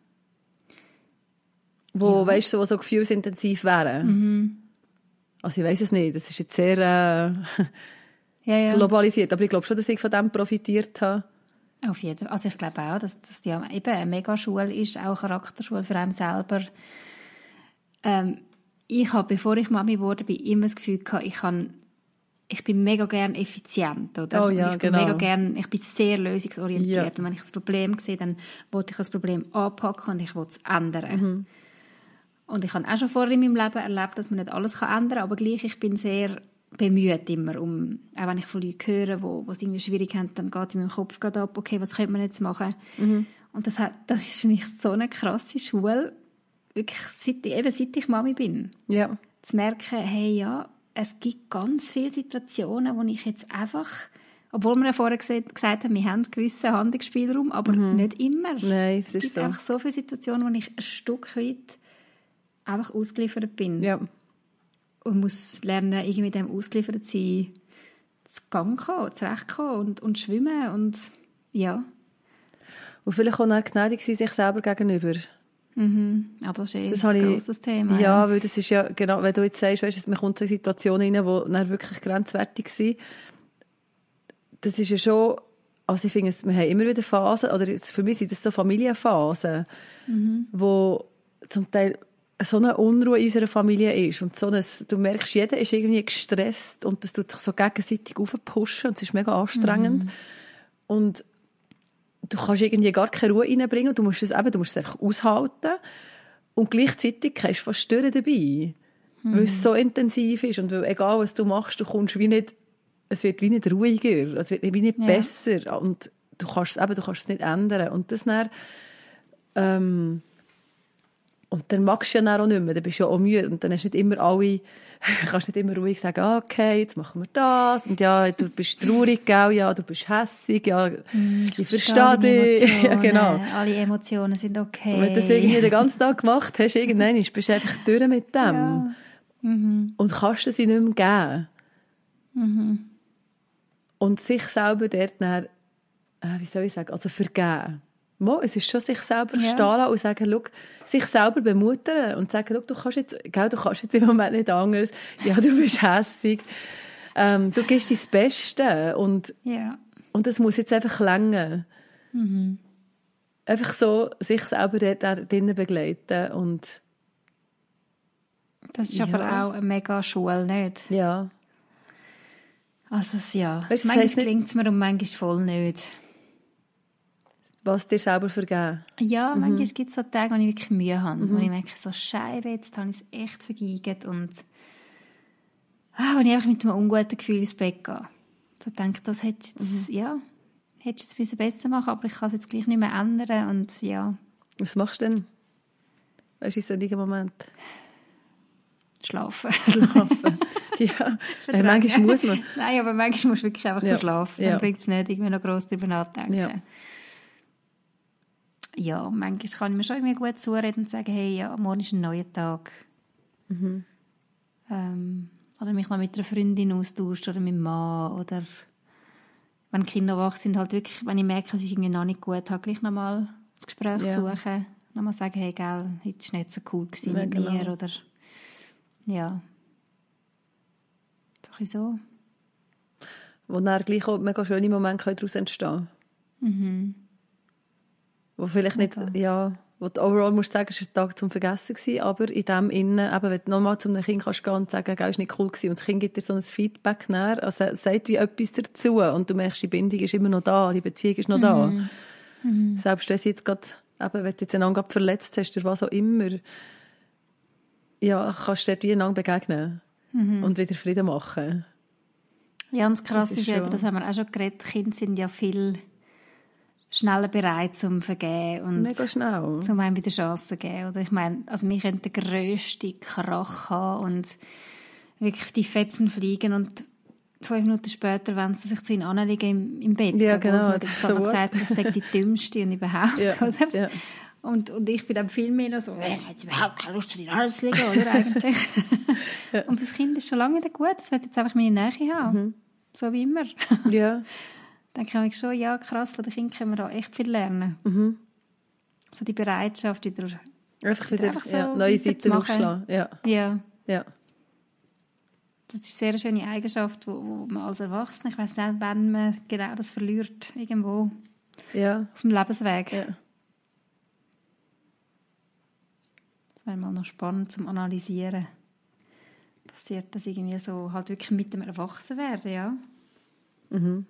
Wo, ja. weißt du, so, so gefühlsintensiv wären. Mhm. Also ich weiss es nicht, das ist jetzt sehr äh, ja, ja. globalisiert, aber ich glaube schon, dass ich von dem profitiert habe. Auf jeden Fall. Also ich glaube auch, dass das ja eben eine Megaschule ist, auch eine Charakterschule für einen selber. Ähm, ich habe, bevor ich Mami wurde, bin immer das Gefühl gehabt, ich kann ich bin mega gern effizient, oder? Oh ja, ich bin genau. mega gern, ich bin sehr lösungsorientiert. Ja. Und wenn ich das Problem sehe, dann wollte ich das Problem anpacken und ich will es ändern. Mhm. Und ich habe auch schon vorher in meinem Leben erlebt, dass man nicht alles ändern kann, aber gleich, ich bin sehr bemüht immer, um, auch wenn ich von Leuten höre, die es irgendwie schwierig haben, dann geht in meinem Kopf gerade ab, okay, was könnte man jetzt machen? Mhm. Und das, hat, das ist für mich so eine krasse Schule, wirklich seit, eben seit ich Mami bin. Ja. Zu merken, hey, ja, es gibt ganz viele Situationen, wo ich jetzt einfach, obwohl wir ja vorher gesagt, gesagt haben, wir haben einen gewissen Handlungsspielraum, aber mhm. nicht immer. Nein, das es ist gibt so. einfach so viele Situationen, wo ich ein Stück weit einfach ausgeliefert bin. Ja. Und muss lernen, irgendwie mit dem ausgeliefert zu sein, zu Gang kommen, zurechtkommen und, und schwimmen und ja. Und vielleicht auch dann gnädig sein sich selber gegenüber. Mhm. Ja, das ist eh das ein grosses Thema. Ja, ja, weil das ist ja, genau, wenn du jetzt sagst, weißt, man kommt zu Situationen rein, die dann wirklich grenzwertig sind. Das ist ja schon, also ich finde, wir haben immer wieder Phasen, oder für mich sind das so Familienphasen, mhm. wo zum Teil so eine Unruhe in unserer Familie ist und so ein, du merkst, jeder ist irgendwie gestresst und das tut sich so gegenseitig aufpushen und es ist mega anstrengend. Mhm. Und du kannst irgendwie gar keine Ruhe reinbringen und du musst es eben, du musst es einfach aushalten und gleichzeitig hast du fast Stören dabei, mhm. weil es so intensiv ist und weil, egal was du machst, du kommst wie nicht, es wird wie nicht ruhiger, es wird wie nicht ja. besser und du kannst es eben, du kannst es nicht ändern und das dann, ähm, und dann magst du ja dann auch nicht mehr, dann bist du ja auch müde und dann hast du nicht immer alle, kannst nicht immer ruhig sagen, okay, jetzt machen wir das und ja, du bist traurig, gell? Ja, du bist hässig, ja, mm, ich verstehe dich. Ja, genau. Alle Emotionen sind okay. Und wenn du das irgendwie den ganzen Tag gemacht hast, irgendwann bist du einfach durch mit dem. Ja. Mhm. Und kannst es wie nicht mehr geben. Mhm. Und sich selber dort dann, äh, wie soll ich sagen, also vergeben. Mo, es ist schon sich selber ja. stehen lassen und sagen, schau, sich selber bemuttern und sagen, schau, du kannst jetzt, gell, du kannst jetzt im Moment nicht anders. Ja, du bist hässig. Ähm, du gibst dein Beste und, ja. und das muss jetzt einfach länger. Mhm. Einfach so sich selber dort drinnen begleiten und das ist ja. aber auch eine mega Schule, nicht? Ja. Also ja, weißt, manchmal gelingt es mir und manchmal voll nicht. Was dir selber vergeben? Ja, mhm. manchmal gibt es so Tage, wo ich wirklich Mühe habe. Mhm. Wo ich merke, so Scheibe, jetzt habe ich es echt vergeigt. Und ah, wo ich einfach mit einem unguten Gefühl ins Bett gehe. So denke, das hättest du jetzt, mhm. ja, hättest du jetzt besser machen, aber ich kann es jetzt gleich nicht mehr ändern. Und ja. Was machst du denn? Weißt du, in solchen Moment? Schlafen. Schlafen. Ja, Nein, manchmal muss man. Nein, aber manchmal musst du wirklich einfach ja. schlafen. Dann ja. bringt es nicht, irgendwie noch gross darüber nachdenken. Ja. Ja, manchmal kann ich mir schon irgendwie gut zureden und sagen, hey, ja, morgen ist ein neuer Tag. Mhm. Ähm, oder mich noch mit einer Freundin austauscht oder mit dem Mann. Oder wenn die Kinder wach sind, halt wirklich, wenn ich merke, es ist irgendwie noch nicht gut, halt gleich nochmal das Gespräch ja. suchen. Nochmal sagen, hey, gell, heute war es nicht so cool gewesen ja, mit genau. mir. Oder, ja. So ein so. Wo dann gleich auch mega schöne Momente daraus entstehen können. Mhm. Wo vielleicht nicht, okay. ja, wo du overall musst sagen, es war ein Tag zum Vergessen gewesen, aber in dem Innen, eben, wenn du nochmal zu einem Kind kannst gehen und sagen, es war nicht cool gewesen, und das Kind gibt dir so ein Feedback näher, also es sagt wie etwas dazu und du merkst, die Bindung ist immer noch da, die Beziehung ist noch mhm. da. Mhm. Selbst wenn sie jetzt gerade, eben, wenn du jetzt einander verletzt hast, oder was auch immer, ja, kannst du dort wie einander begegnen mhm. und wieder Frieden machen. Ja, und das Krasse ist, ist ja, das haben wir auch schon geredet, Kinder sind ja viel schneller bereit zum Vergeben und mega schnell. Zum einem wieder Chancen geben. Oder ich meine, also wir können den grössten Krach haben und wirklich die Fetzen fliegen und fünf Minuten später, wenn sie sich zu ihnen anlegen im, im Bett. Ja, genau. Man jetzt gerade so noch gesagt, ich sage die Dümmste und überhaupt, ja, oder? Ja. Und, und ich bin dann viel mehr noch so, ich habe jetzt überhaupt keine Lust, in alles zu liegen, oder eigentlich? ja. Und für das Kind ist schon lange nicht gut, es wird jetzt einfach meine Nähe haben. Mhm. So wie immer. Ja. Dann kann ich schon, ja krass, von den Kindern können wir da echt viel lernen. Mhm. So die Bereitschaft wieder... Einfach wieder, einfach so ja, neue Seiten aufschlagen. Ja. Ja. ja. Das ist eine sehr schöne Eigenschaft, wo, wo man als Erwachsener, ich weiss nicht, wann man genau das verliert, irgendwo ja. auf dem Lebensweg. Ja. Das wäre mal noch spannend zum Analysieren. Passiert das irgendwie so, halt wirklich mit dem Erwachsenwerden, ja? Mhm.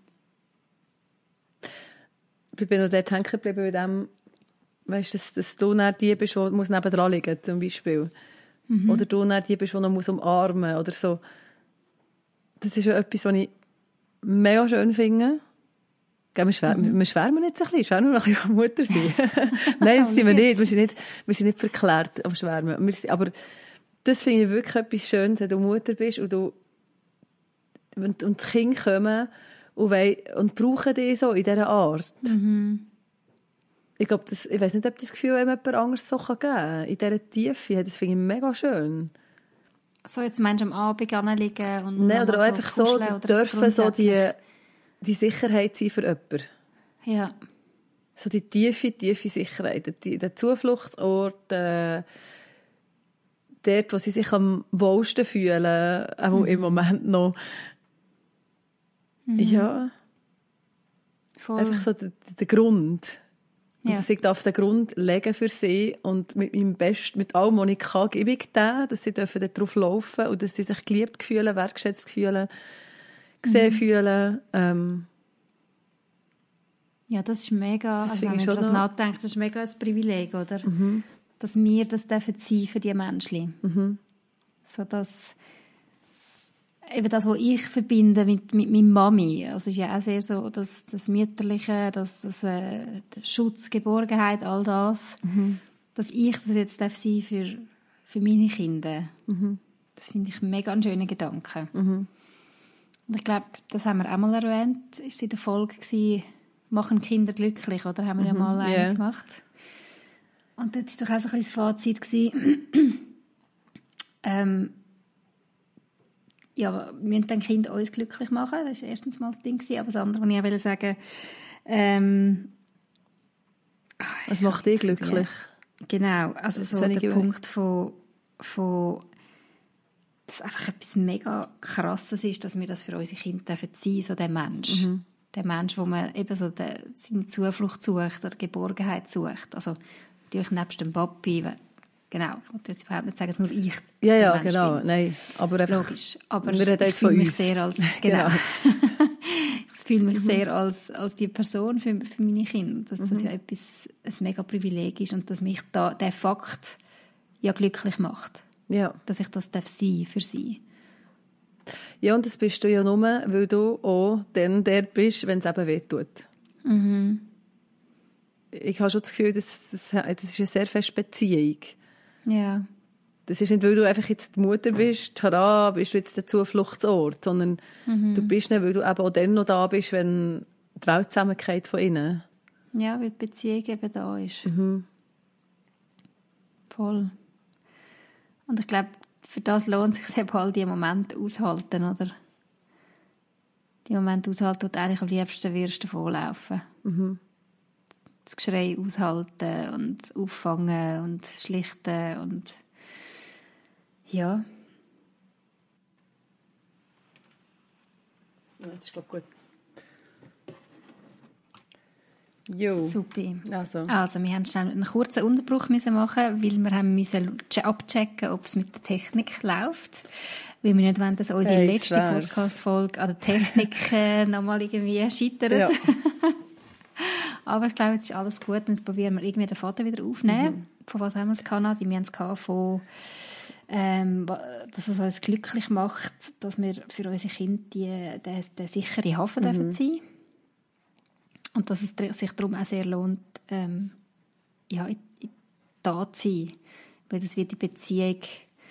Ich bin noch dort hängen geblieben bei dem, weißt, dass, dass du nicht die bist, die muss nebendran liegen muss, zum Beispiel. Mhm. Oder du nicht die bist, die noch muss umarmen muss, oder so. Das ist ja etwas, was ich mega schön finde. Wir schwärmen, mhm. wir schwärmen nicht so ein bisschen, schwärmen wir ein bisschen von Mutter sein. Nein, das sind wir nicht. Wir sind nicht, wir sind nicht verklärt am Schwärmen. Wir sind, aber das finde ich wirklich etwas Schönes, wenn du Mutter bist und, du, und, und die Kinder kommen und, wollen, und brauchen dich so in dieser Art. Mhm. Ich glaube, das, ich weiss nicht, ob das Gefühl jemand anderes so geben kann. In dieser Tiefe, das finde ich mega schön. So jetzt meinst du am Abend anliegen und Nein, oder auch so einfach so, das dürfen so die, die Sicherheit sein für jemanden. Ja. so die tiefe, tiefe Sicherheit, die, der Zufluchtsort, äh, dort, wo sie sich am wohlsten fühlen, auch mhm. im Moment noch. Mhm. Ja. Voll. Einfach so der, der Grund. Und ja. dass ich auf den Grund legen für sie und mit meinem Besten, mit allem, was ich kann, gebe ich den, dass sie darauf laufen dürfen und dass sie sich geliebt fühlen, wertgeschätzt fühlen, gesehen mhm. fühlen. Ähm, ja, das ist mega, das also wenn man über das noch... nachdenkt, das ist mega ein Privileg, oder? Mhm. Dass wir das dürfen sein für die Menschen. Mhm. So dass eben das, was ich verbinde mit, mit meiner Mami, also ist ja auch sehr so das, das Mütterliche, das, das äh, Schutz, Geborgenheit, all das, mhm. dass ich das jetzt darf sein für, für meine Kinder. Mhm. Das finde ich einen mega schönen Gedanken. Mhm. Und ich glaube, das haben wir auch mal erwähnt, ist es in der Folge gewesen, «Machen Kinder glücklich», oder haben wir mhm. ja mal eine yeah. gemacht. Und dort war doch auch so ein bisschen das Fazit gewesen, ähm, ja, wir müssen den Kind uns glücklich machen. Das war erstens mal das Ding. Aber das andere, was ich auch will sagen, ähm, was macht dich glücklich? Ja, genau, also so der Punkt Punkt von, von dass einfach etwas mega Krasses ist, dass wir das für unsere Kinder sein dürfen, so der Mensch. Mhm. Der Mensch, wo man eben so der, seine Zuflucht sucht oder Geborgenheit sucht. Also natürlich nebst dem Papi, genau, ich wollte jetzt überhaupt nicht sagen, dass nur ich ja, ja, genau, bin. Nein, aber einfach, logisch, aber wir reden ich fühle mich uns. sehr als, genau, genau. ich fühle mich mhm. sehr als, als die Person für, für meine Kinder, dass das mhm. ja etwas, ein mega Privileg ist und dass mich da, der Fakt ja glücklich macht, ja. dass ich das darf sein für sie. Ja, und das bist du ja nur, weil du auch dann der bist, wenn es eben wehtut. Mhm. Ich habe schon das Gefühl, das, das, das ist eine sehr feste Beziehung. Ja. Das ist nicht, weil du einfach jetzt die Mutter bist, tada, bist du jetzt der Zufluchtsort, sondern mhm. du bist nicht, weil du eben auch dann noch da bist, wenn die Welt zusammengeht von innen. Ja, weil die Beziehung eben da ist. Mhm. Voll. Und ich glaube, für das lohnt es sich eben all diese Momente aushalten, oder? Die Momente aushalten, wo du eigentlich am liebsten wirst davonlaufen. Mhm. Das Geschrei aushalten und auffangen und schlichten und ja. Das ist, glaube ich, gut. Jo. Super. Also. also, wir haben schnell einen kurzen Unterbruch müssen machen, weil wir haben müssen abchecken, ob es mit der Technik läuft. Weil wir nicht wollen, dass unsere hey, letzte Podcast-Folge an der Technik äh, nochmal irgendwie scheitert. Ja. Aber ich glaube, jetzt ist alles gut und jetzt probieren wir irgendwie den Faden wieder aufnehmen. Mhm. Von was haben wir es gehabt? Wir haben es gehabt von, ähm, dass es uns glücklich macht, dass wir für unsere Kinder die, der, der sichere Hafen mhm. dürfen sein. Und dass es sich darum auch sehr lohnt, ähm, ja, da zu sein. Weil das wird die Beziehung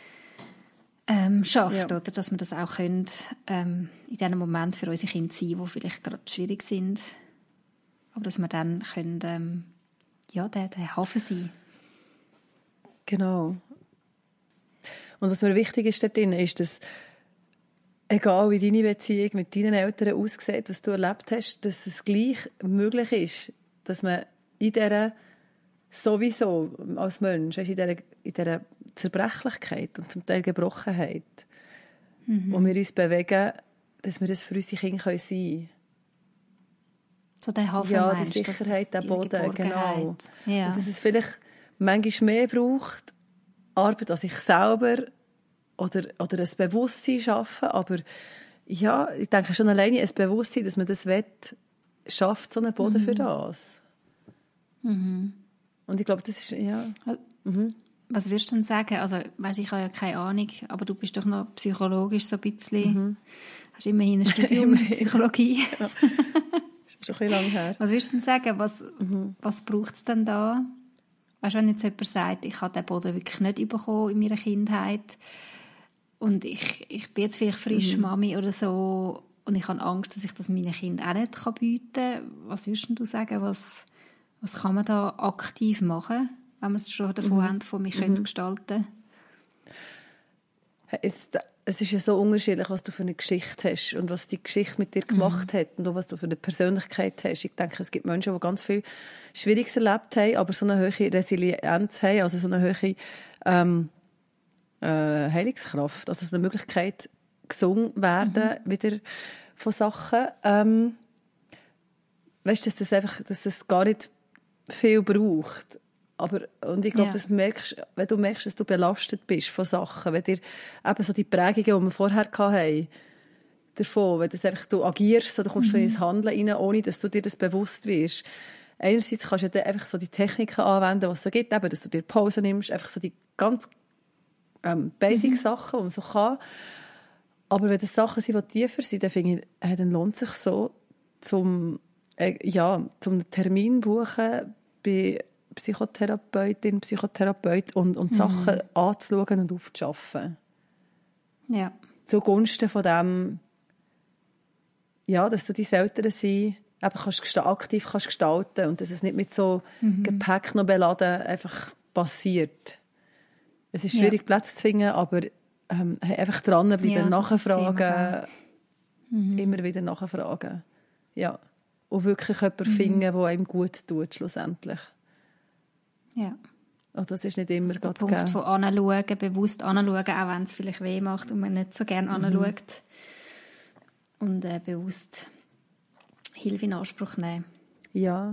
ähm, schafft, ja. oder? Dass wir das auch können, ähm, in diesem Moment für unsere Kinder sein, die vielleicht gerade schwierig sind. Aber dass wir dann können, ähm, ja, der, der Hafen sein. Genau. Und was mir wichtig ist dort drin, ist, dass egal wie deine Beziehung mit deinen Eltern aussieht, was du erlebt hast, dass es gleich möglich ist, dass man in dieser sowieso als Mensch, in dieser, in dieser Zerbrechlichkeit und zum Teil Gebrochenheit, mhm. wo wir uns bewegen, dass wir das für unsere Kinder sein können. So der Hafen ja, die Sicherheit, der Boden, genau. Ja. Und dass es vielleicht manchmal mehr braucht, Arbeit an sich selber oder, oder ein Bewusstsein schaffen. Aber ja, ich denke schon alleine ein Bewusstsein, dass man das will, schafft, so einen Boden mhm. für das. Mhm. Und ich glaube, das ist, ja... Mhm. Was würdest du denn sagen? Also, weißt, ich habe ja keine Ahnung, aber du bist doch noch psychologisch so ein bisschen... Mhm. Hast immerhin ein Studium in Psychologie. Ja. Das ist schon ein bisschen lange her. Was würdest du denn sagen? Was, mhm. was braucht es denn da? Weißt du, wenn jetzt jemand sagt, ich habe den Boden wirklich nicht bekommen in meiner Kindheit und ich, ich bin jetzt vielleicht frisch mhm. Mami oder so und ich habe Angst, dass ich das meinen Kindern auch nicht bieten kann. Was würdest du sagen? Was, was kann man da aktiv machen, wenn wir es schon davon mhm. haben, von mir mhm. gestalten können? Es, es ist ja so unterschiedlich, was du für eine Geschichte hast und was die Geschichte mit dir gemacht mhm. hat und auch was du für eine Persönlichkeit hast. Ich denke, es gibt Menschen, die ganz viel Schwieriges erlebt haben, aber so eine hohe Resilienz haben, also so eine hohe ähm, äh, Heilungskraft, also so eine Möglichkeit, gesungen werden mhm. wieder von Sachen. Ähm, weißt du, dass das einfach, dass das gar nicht viel braucht. Aber, und ich glaube, ja. das merkst, wenn du merkst, dass du belastet bist von Sachen, wenn dir eben so die Prägungen, die wir vorher hatten, davon, wenn das einfach, du agierst, so, du kommst mhm. so ins Handeln rein, ohne dass du dir das bewusst wirst. Einerseits kannst du dann einfach so die Techniken anwenden, die es so gibt, eben, dass du dir Pause nimmst, einfach so die ganz ähm, Basic-Sachen, die man so kann. Aber wenn das Sachen sind, die tiefer sind, dann finde ich, äh, dann lohnt es sich so, zum, äh, ja, zum Termin buchen bei Psychotherapeutin, Psychotherapeut und, und mhm. Sachen anzuschauen und aufzuschaffen. Ja. Zugunsten von dem, ja, dass du dein Eltern sein, eben kannst aktiv kannst gestalten und dass es nicht mit so mhm. Gepäck noch beladen einfach passiert. Es ist schwierig, ja. Platz zu finden, aber ähm, einfach dranbleiben, ja, nachfragen, mhm. immer wieder nachfragen. Ja. Und wirklich jemanden mhm. finden, der einem gut tut, schlussendlich. Ja. Oh, das ist nicht immer also der Punkt gegeben. Von anschauen, bewusst anschauen, auch wenn es vielleicht weh macht und man nicht so gerne mhm. anschaut. Und äh, bewusst Hilfe in Anspruch nehmen. Ja.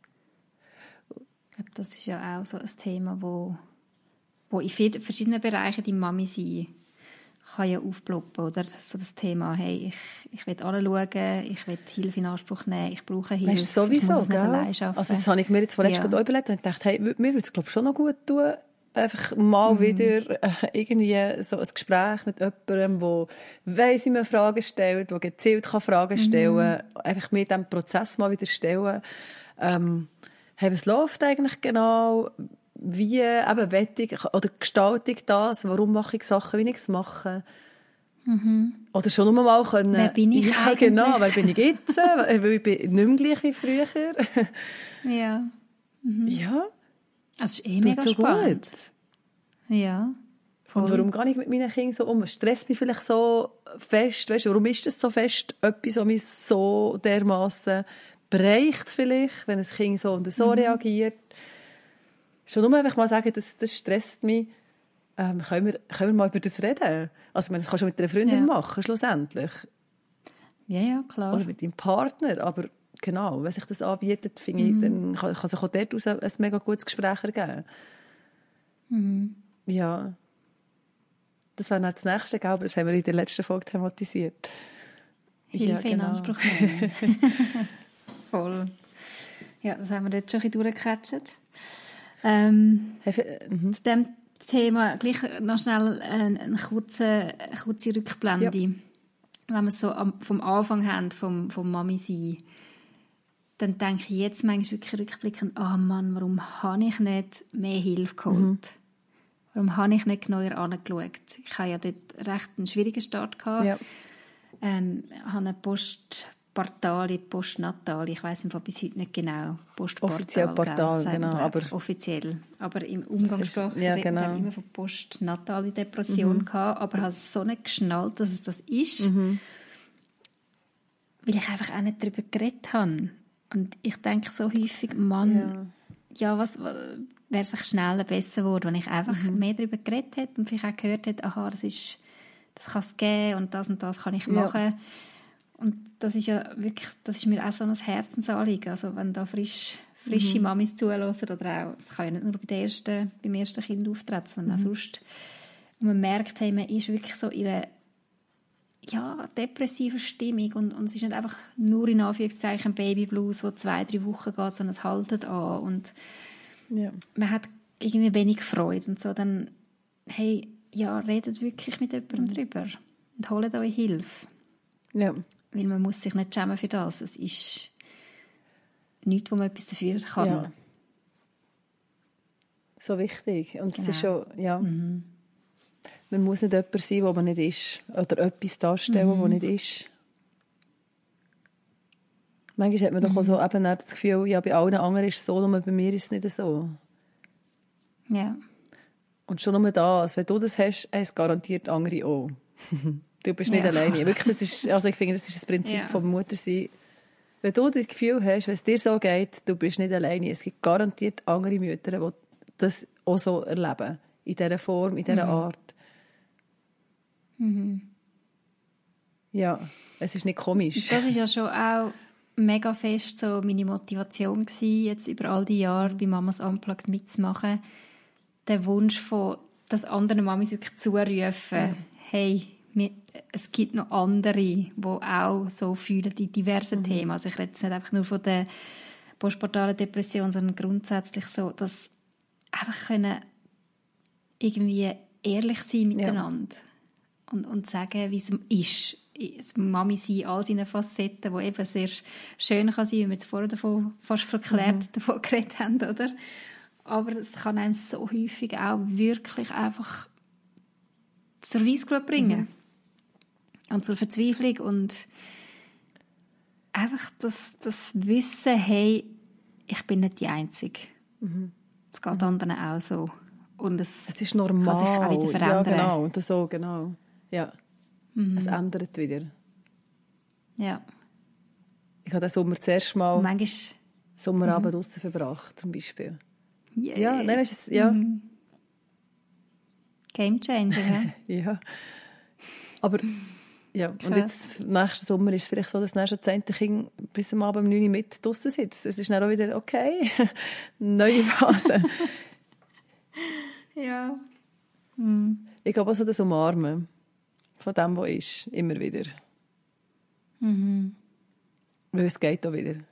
Ich glaube, das ist ja auch so ein Thema, wo, wo in verschiedenen Bereichen die Mami sein kann ja aufploppen, oder? So das Thema, hey, ich, ich will anschauen, ich will Hilfe in Anspruch nehmen, ich brauche Hilfe, weißt, sowieso, ich muss es nicht gell? allein schaffen. Also das habe ich mir jetzt vorletzt ja. gerade überlegt und dachte, hey, mir würde es, glaube ich, schon noch gut tun, einfach mal mhm. wieder äh, irgendwie so ein Gespräch mit jemandem, der weiss, wie man Fragen stellt, der gezielt kann Fragen stellen kann, mhm. einfach mit diesem Prozess mal wieder stellen. Ähm, hey, was läuft eigentlich genau? Wie eben Wettung oder Gestaltung das, warum mache ich Sachen, wie ich es mache. Mhm. Oder schon nur mal können. Wer bin ich ja, eigentlich? Genau, wer bin ich jetzt? Weil ich bin nicht mehr gleich wie früher. Ja. Mhm. Ja. Das ist eh mega so spannend. Gut. Ja. Voll. Und warum gehe ich mit meinen Kindern so um? Was stresst mich vielleicht so fest? Weißt, warum ist das so fest etwas, was mich so dermassen bereicht vielleicht, wenn ein Kind so und so mhm. reagiert? Schon nur einfach mal sagen, das, das stresst mich. Ähm, können, wir, können wir mal über das reden? Also, ich meine, das kannst du mit einer Freundin ja. machen, schlussendlich. Ja, ja, klar. Oder mit deinem Partner. Aber genau, wenn sich das anbietet, finde mhm. ich, dann kann, kann sich auch dort aus ein, ein mega gutes Gespräch ergeben. Mhm. Ja. Das wäre dann das Nächste, aber das haben wir in der letzten Folge thematisiert. Hilfe ja, genau. in Anspruch nehmen. Voll. Ja, das haben wir jetzt schon ein bisschen durchgecatcht. Ähm, mhm. Zu diesem Thema gleich noch schnell eine, eine, kurze, eine kurze Rückblende. Ja. Wenn wir es so am, vom Anfang haben, vom, vom Mami-Sein, dann denke ich jetzt manchmal wirklich rückblickend, oh Mann, warum habe ich nicht mehr Hilfe geholt? Mhm. Warum habe ich nicht genauer angeschaut? Ich hatte ja dort recht einen schwierigen Start gehabt. Ja. Ähm, ich habe eine Postpartale, Postnatale, ich weiss einfach bis heute nicht genau. Postportal, offiziell Portal, gell, genau. Aber offiziell. Aber im Umgangssprach ja, redet genau. man immer von postnatale Depression mhm. gehabt, aber ich habe so nicht geschnallt, dass es das ist, mhm. weil ich einfach auch nicht darüber geredet habe. Und ich denke so häufig, Mann, ja, ja was, wäre es schneller besser geworden, wenn ich einfach mhm. mehr darüber geredet hätte und vielleicht auch gehört hätte, aha, das ist, das kann es geben und das und das kann ich machen. Ja. Und das ist ja wirklich, das ist mir auch so ein Herzensanliegen. Also wenn da frisch, frische mhm. Mamis zuhören oder auch, es kann ja nicht nur bei der ersten, beim ersten Kind auftreten, sondern mhm. auch sonst. Und man merkt, hey, man ist wirklich so in einer ja, depressiver Stimmung und, und es ist nicht einfach nur in Anführungszeichen Babyblues, der zwei, drei Wochen geht, sondern es haltet an und ja. man hat irgendwie wenig Freude und so. Dann, hey, ja, redet wirklich mit jemandem mhm. drüber und holt euch Hilfe. Ja. Weil man muss sich nicht schämen für das. Es ist nichts, wo man etwas dafür kann. Ja. So wichtig. Und genau. es ist schon, ja, mhm. man muss nicht jemand sein, wo man nicht ist. Oder etwas darstellen, mhm. wo nicht ist. Manchmal hat man doch mhm. auch so eben das Gefühl, ja, bei allen anderen ist es so, aber bei mir ist es nicht so. Ja. Und schon nur das, wenn du das hast, haben es garantiert andere auch. Du bist nicht ja. alleine. Wirklich, das ist, also ich finde, das ist das Prinzip ja. vom Muttersein. Wenn du das Gefühl hast, wenn es dir so geht, du bist nicht alleine. Es gibt garantiert andere Mütter, die das auch so erleben. In dieser Form, in dieser mhm. Art. Mhm. Ja, es ist nicht komisch. Das ist ja schon auch mega fest so meine Motivation gewesen, jetzt über all die Jahre bei Mamas Unplugged mitzumachen. Der Wunsch von, dass andere Mamis wirklich zurufen, ja. hey, wir, es gibt noch andere, die auch so fühlen, die diversen mhm. Themen. Also ich rede jetzt nicht einfach nur von der postpartalen Depression, sondern grundsätzlich so, dass einfach können irgendwie ehrlich sein miteinander ja. und, und sagen, wie es ist. Das Mami sein, all seine Facetten, die eben sehr schön kann sein, wie wir jetzt vorher davon fast verklärt mhm. davon geredet haben, oder? Aber es kann einem so häufig auch wirklich einfach zur Weissglut bringen. Mhm. Und zur Verzweiflung und einfach das, das Wissen, hey, ich bin nicht die Einzige. Mhm. Es geht mhm. anderen auch so. Und es, es ist normal. Kann sich auch wieder verändern. Ja, genau. Das so, genau. Ja. Mhm. Es ändert wieder. Ja. Ich habe den Sommer zuerst mal manchmal, Sommerabend mhm. draussen verbracht, zum Beispiel. Yeah. Ja, nein, weißt du, es, ja. Mhm. Game Changer, ja. ja. Aber, ja, und jetzt, nächsten Sommer ist es vielleicht so, dass dann schon das zehnte Kind bis am Abend um neun Uhr mit draussen sitzt. Das ist dann auch wieder okay. Neue Phase. ja. Mhm. Ich glaube, also das Umarmen von dem, was ist, immer wieder. Mhm. Weil es geht auch wieder.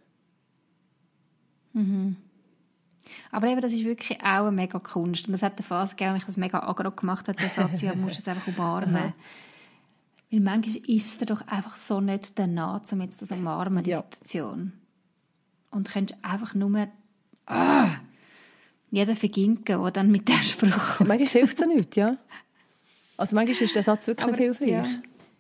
Mhm. Aber eben, das ist wirklich auch eine mega Kunst. Und das hat eine Phase gegeben, als ich das mega aggro gemacht habe, der Satz, ja, du musst es einfach umarmen. Weil manchmal ist es dir doch einfach so nicht danach, um jetzt das umarmen, die ja. Situation. Und du könntest einfach nur ah, jeden verginken, der dann mit diesem Spruch kommt. Manchmal hilft es auch nicht, ja. Also manchmal ist der Satz wirklich aber, hilfreich. Ja.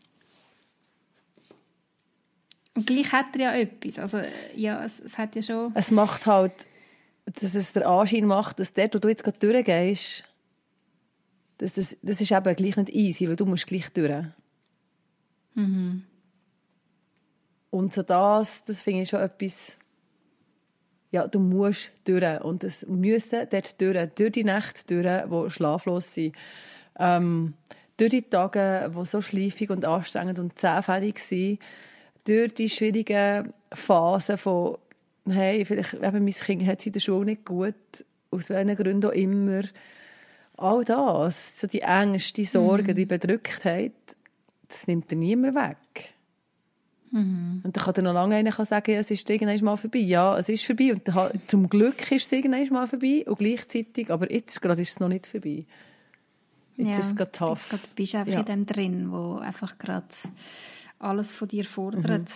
Und gleich hat er ja etwas. Also, ja, es, es hat ja schon... Es macht halt, dass es den Anschein macht, dass dort, wo du jetzt gerade durchgehst, dass es, das ist eben gleich nicht easy, weil du musst gleich durch. Mhm. Und so das, das finde ich schon etwas, ja, du musst durch. Und es müssen dort durch, durch die Nächte durch, die schlaflos sind. Ähm, durch die Tage, die so schleifig und anstrengend und zähfällig sind. Durch die schwierigen Phasen von, hey, vielleicht eben mein Kind hat es in der Schule nicht gut, aus welchen Gründen auch immer. All das, so die Ängste, die Sorgen, mhm. die Bedrücktheit, das nimmt dir niemand weg. Mhm. Und dann kann dir noch lange einer sagen, ja, es ist irgendwann mal vorbei. Ja, es ist vorbei. Und dann, zum Glück ist es irgendwann mal vorbei. Und gleichzeitig, aber jetzt gerade ist es noch nicht vorbei. Jetzt ja, ist es gerade tough. Jetzt bist du einfach ja. in dem drin, wo einfach gerade alles von dir fordert. Mhm.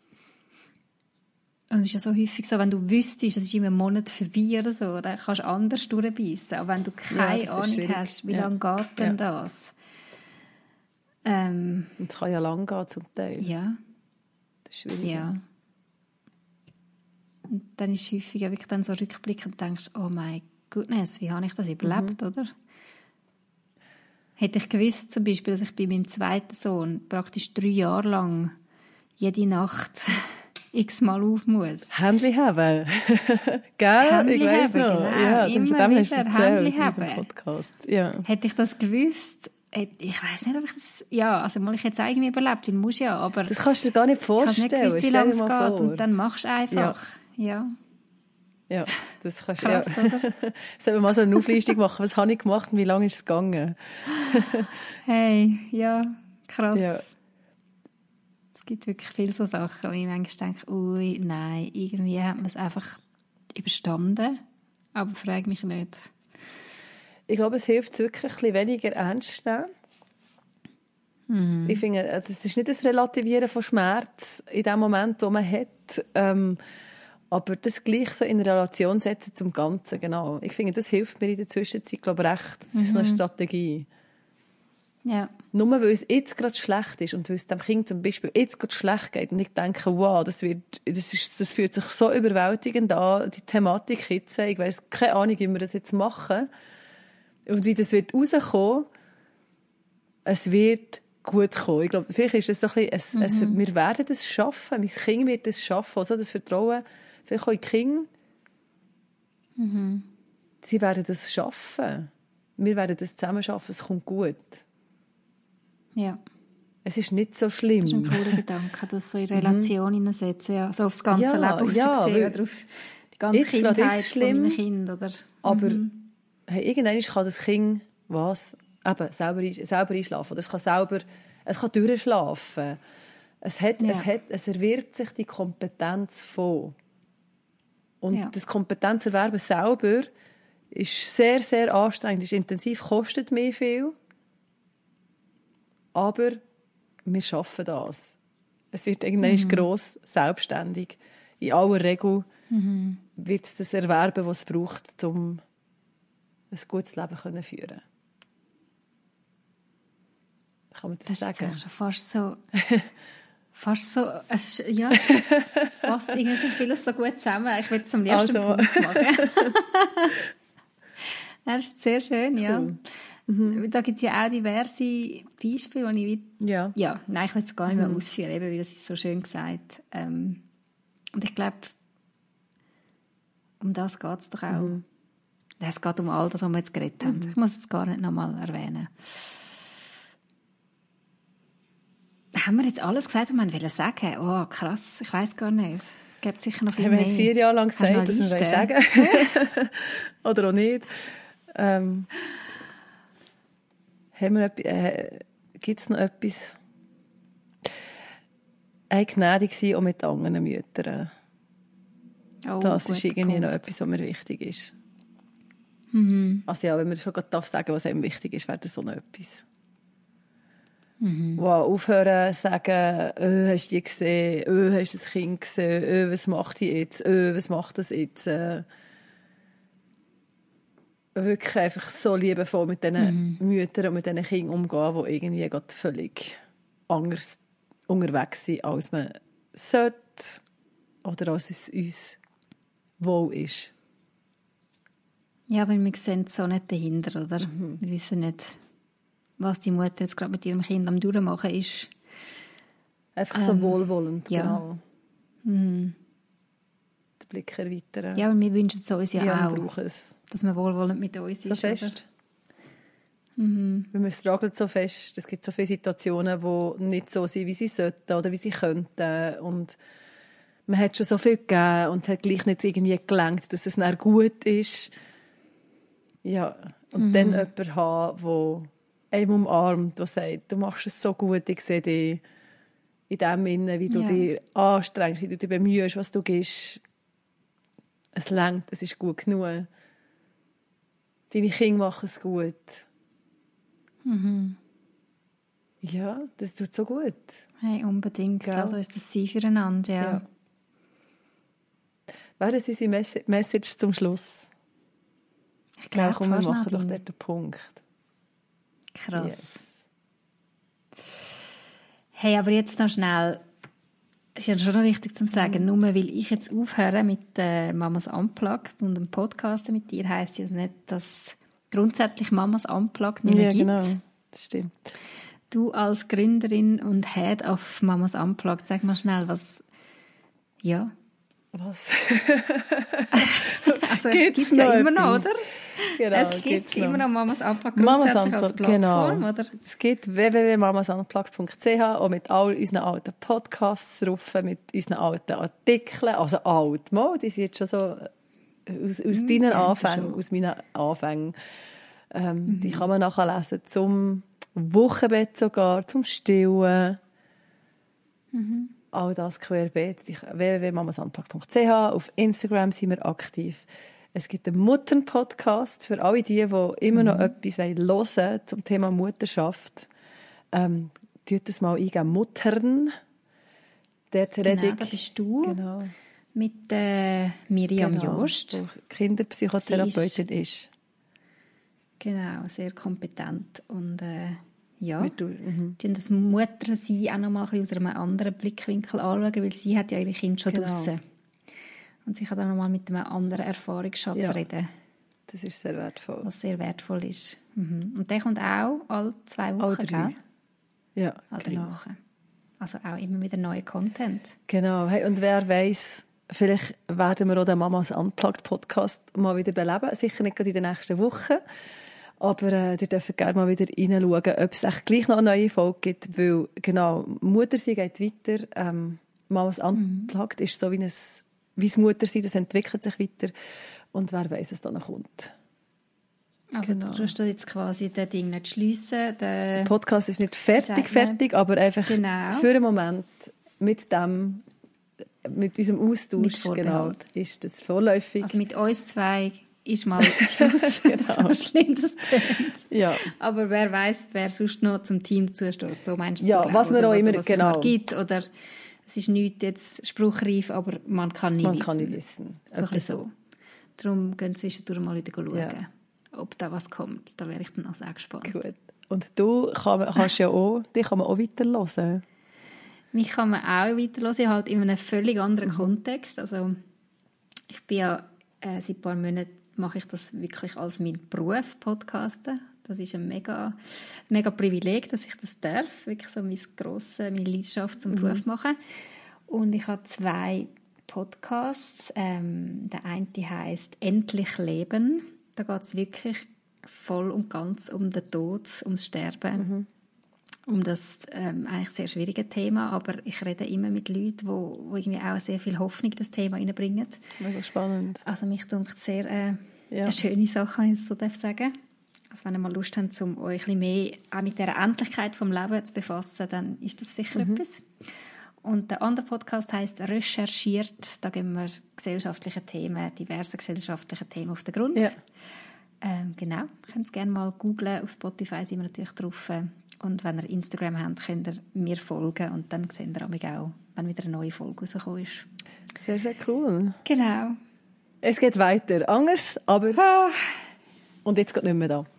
Und es ist ja so häufig so, wenn du wüsstest, es ist immer ein Monat vorbei oder so, dann kannst du anders durchbeissen. Aber wenn du keine ja, Ahnung hast, wie ja. lange geht denn ja. das? Ähm, Und es kann ja lang gehen zum Teil. Ja. Das ist schwierig. Ja. Und dann ist es häufig wirklich dann so rückblickend und denkst, oh my goodness, wie habe ich das überlebt, mhm. oder? Hätte ich gewusst, zum Beispiel, dass ich bei meinem zweiten Sohn praktisch drei Jahre lang jede Nacht x-mal auf muss. Händchen haben. Gell? Händchen ich weiss haben, noch. genau. Ja, immer wieder Händchen haben. Podcast. Ja. Hätte ich das gewusst, ich weiss nicht, ob ich das... Ja, also mal ich jetzt irgendwie überlebt, du musst ja, aber... Das kannst du dir gar nicht vorstellen. Ich habe nicht gewusst, wie lange es geht vor. Und dann machst du einfach. Ja. ja. Ja, das kannst du... Krass, ja. oder? Sollen wir mal so eine Auflistung machen, was habe ich gemacht und wie lange ist es gegangen? Hey, ja, krass. Ja. Es gibt wirklich viele so Sachen, wo ich manchmal denke, ui, nein, irgendwie hat man es einfach überstanden, aber frage mich nicht. Ich glaube, es hilft wirklich ein bisschen weniger ernst nehmen. Mhm. Ich finde, das ist nicht das Relativieren von Schmerz in dem Moment, wo man hat, ähm, aber das gleich so in Relation setzen zum Ganzen, genau. Ich finde, das hilft mir in der Zwischenzeit, glaube ich, recht. Das ist mhm. eine Strategie. Ja. Nur weil es jetzt gerade schlecht ist und weil es dem Kind zum Beispiel jetzt gerade schlecht geht und ich denke, wow, das, wird, das, ist, das fühlt sich so überwältigend an, die Thematik jetzt. Ich weiss keine Ahnung, wie wir das jetzt machen und wie das wird rauskommen. Es wird gut kommen. Ich glaube, vielleicht ist es so ein bisschen, es, Mhm. es, wir werden es schaffen, mein Kind wird es schaffen, also das Vertrauen, vielleicht auch in die Kinder, Mhm. sie werden es schaffen. Wir werden es zusammen schaffen, es kommt gut. Ja. Es ist nicht so schlimm. Das ist ein cooler Gedanke, das so in Relation hineinsetzen, ja. So aufs ganze Ja, Leben ja, aussehen, weil oder auf die ganze jetzt gerade Kindheit ist es schlimm, von meinen Kindern, oder? Aber Mhm. hey, irgendwann kann das Kind was? Eben, selber, ein- selber einschlafen. Oder es kann selber, es kann durchschlafen. Es, hat, Ja. es, hat, es erwirbt sich die Kompetenz von. Und Ja. das Kompetenzerwerben selber ist sehr, sehr anstrengend, ist intensiv, kostet mehr viel. Aber wir schaffen das. Es wird irgendwann Mhm. gross, selbstständig. In aller Regel Mhm. wird es das erwerben, was es braucht, um ein gutes Leben zu führen. Kann man das, Das ist sagen? jetzt schon fast so... Fast so... Es, ist- ja, fast irgendwie so vieles so gut zusammen. Ich will es zum ersten Also. Punkt machen. Das ist sehr schön, ja. Cool. Mhm. Da gibt es ja auch diverse Beispiele, wo ich... wie- Ja. Ja, nein, ich will es gar nicht mehr ausführen, eben, weil das ist so schön gesagt. Ähm, und ich glaube, um das geht es doch auch. Mhm. Es geht um all das, was wir jetzt geredet haben. Ich muss es gar nicht nochmal erwähnen. Haben wir jetzt alles gesagt, was wir sagen wollten? Oh, krass, ich weiss gar nicht. Es gibt sicher noch viel Haben mehr. wir jetzt vier Jahre lang Hast du noch gesagt, dass wir eine sagen wollen? Oder auch nicht. Ähm, haben wir, äh, gibt es noch etwas? Ein gnädig sein auch mit anderen Müttern. Oh, Das ist guter irgendwie Punkt. noch etwas, was mir wichtig ist. Mhm. Also ja, wenn man schon gerade darf sagen, was einem wichtig ist, wäre das so noch etwas. Mhm. Wow, aufhören zu sagen, «Ö, hast du die gesehen? Ö, hast du das Kind gesehen? Ö, was macht die jetzt? Ö, was macht das jetzt?» äh, Wirklich einfach so liebevoll mit diesen Mhm. Müttern und mit diesen Kindern umgehen, die irgendwie gerade völlig anders unterwegs sind, als man sollte oder als es uns wohl ist. Ja, weil wir sehen so nicht dahinter, oder? Mhm. Wir wissen nicht, was die Mutter jetzt gerade mit ihrem Kind am Durchmachen ist. Einfach so Ähm, wohlwollend, ja. genau. Mhm. Den Blick erweitern. Ja, und wir wünschen es uns ja, Ja, auch, wir brauchen es dass man wohlwollend mit uns so ist. fest. Oder? Mhm. Weil wir strugglen so fest. Es gibt so viele Situationen, die nicht so sind, wie sie sollten oder wie sie könnten. Und man hat schon so viel gegeben und es hat gleich nicht irgendwie gelangt, dass es dann gut ist. Ja, und Mhm. dann jemanden haben, der einem umarmt, der sagt, du machst es so gut, ich sehe dich in dem Sinne, wie du Ja. dich anstrengst, wie du dich bemühst, was du gibst. Es reicht, es ist gut genug. Deine Kinder machen es gut. Mhm. Ja, das tut so gut. Hey, unbedingt. Gell? Also ist das sie füreinander, ja. Ja. Wäre das unsere Mes- Message zum Schluss? Ich Ja, glaube, komm, wir fast, machen doch Nadine. dort den Punkt. Krass. Yes. Hey, aber jetzt noch schnell. Ist ja schon noch wichtig zu sagen, nur weil ich jetzt aufhöre mit äh, Mamas Unplugged und dem Podcast mit dir, heisst ja nicht, dass grundsätzlich Mamas Unplugged nicht mehr Ja, gibt. genau. Das stimmt. Du als Gründerin und Head of Mamas Unplugged, sag mal schnell, was... Ja. Was? Also es Gibt's gibt es ja noch immer noch, etwas? oder? Genau, Es gibt gibt's immer noch. noch Mamas Unplugged Mamas grundsätzlich als Unplugged, Plattform, genau. oder? Es gibt w w w punkt mamas unplugged punkt c h auch mit all unseren alten Podcasts drauf, mit unseren alten Artikeln, also alt, mal, die sind jetzt schon so aus, aus Mhm, deinen ja, Anfängen, schon. aus meinen Anfängen. Ähm, Mhm. Die kann man nachlesen zum Wochenbett sogar, zum Stillen. Mhm. All das querbeet. w w w punkt mamas unplugged punkt c h. Auf Instagram sind wir aktiv. Es gibt einen Muttern-Podcast für alle die, die immer noch etwas hören wollen zum Thema Mutterschaft. Ähm, tut das mal eingeben. Muttern. Dort rede Genau, ich. da bist du Genau. mit äh, Miriam Genau. Jost. Wo Kinderpsychotherapeutin ist. Genau, sehr kompetent. Und äh, ja, Mit du- mhm. die das Muttersein auch noch mal ein bisschen aus einem anderen Blickwinkel anschauen, weil sie hat ja ihre Kinder schon Genau. draussen. Und sie kann dann noch mal mit einem anderen Erfahrungsschatz Ja. reden, Das ist sehr wertvoll. was sehr wertvoll ist. Mhm. Und der kommt auch alle zwei Wochen, Alle drei. gell? Ja, alle genau. drei Wochen. Also auch immer wieder neuer Content. Genau. Hey, und wer weiss, vielleicht werden wir auch den Mamas Unplugged Podcast mal wieder beleben. Sicher nicht gerade in den nächsten Wochen. Aber äh, ihr dürft gerne mal wieder reinschauen, ob es echt gleich noch eine neue Folge gibt. Weil, genau, Muttersein geht weiter. Ähm, Mamas Unplugged mhm. ist so wie ein, wie das Muttersein, das entwickelt sich weiter. Und wer weiss, was da noch kommt. Also genau. Du tust jetzt quasi das Ding nicht schliessen. Der Podcast ist nicht fertig, fertig, aber einfach genau. für einen Moment mit dem, mit unserem Austausch, mit genau, ist das vorläufig. Also mit uns zwei ist mal Schluss, genau. So schlimm das klingt. Ja. Aber wer weiss, wer sonst noch zum Team dazusteht, so meinst du ja, glauben, was man auch immer, was genau. es gibt, oder es ist nichts jetzt spruchreif, aber man kann nie man wissen. Man kann nicht wissen. So ein bisschen so. Darum gehen wir zwischendurch mal wieder schauen. Ja. Ob da was kommt. Da wäre ich dann auch sehr gespannt. Gut. Und du kann, kannst ja auch, dich kann man auch weiterhören. Mich kann man auch weiterhören, halt in einem völlig anderen mhm. Kontext. Also ich bin ja äh, seit ein paar Monaten mache ich das wirklich als mein Beruf, Podcasten. Das ist ein mega, mega Privileg, dass ich das darf. Wirklich so meine grosse, meine Leidenschaft zum mhm. Beruf machen. Und ich habe zwei Podcasts. Ähm, der eine heisst «Endlich leben». Da geht es wirklich voll und ganz um den Tod, ums Sterben, mhm. um das ähm, eigentlich sehr schwierige Thema. Aber ich rede immer mit Leuten, die, die irgendwie auch sehr viel Hoffnung in das Thema reinbringen. Mega spannend. Also mich dunkt sehr äh, ja. eine schöne Sache, wenn ich das so sagen darf. Also wenn ihr mal Lust habt, um euch ein bisschen mehr auch mit dieser Endlichkeit des Lebens zu befassen, dann ist das sicher mhm. etwas. Und der andere Podcast heisst «Recherchiert». Da gehen wir gesellschaftliche Themen, diverse gesellschaftliche Themen auf den Grund. Ja. Ähm, genau, ihr könnt es gerne mal googlen. Auf Spotify sind wir natürlich drauf. Und wenn ihr Instagram habt, könnt ihr mir folgen. Und dann seht ihr auch, wenn wieder eine neue Folge rausgekommen ist. Sehr, sehr cool. Genau. Es geht weiter. Anders, aber... Ah. Und jetzt geht nicht mehr da.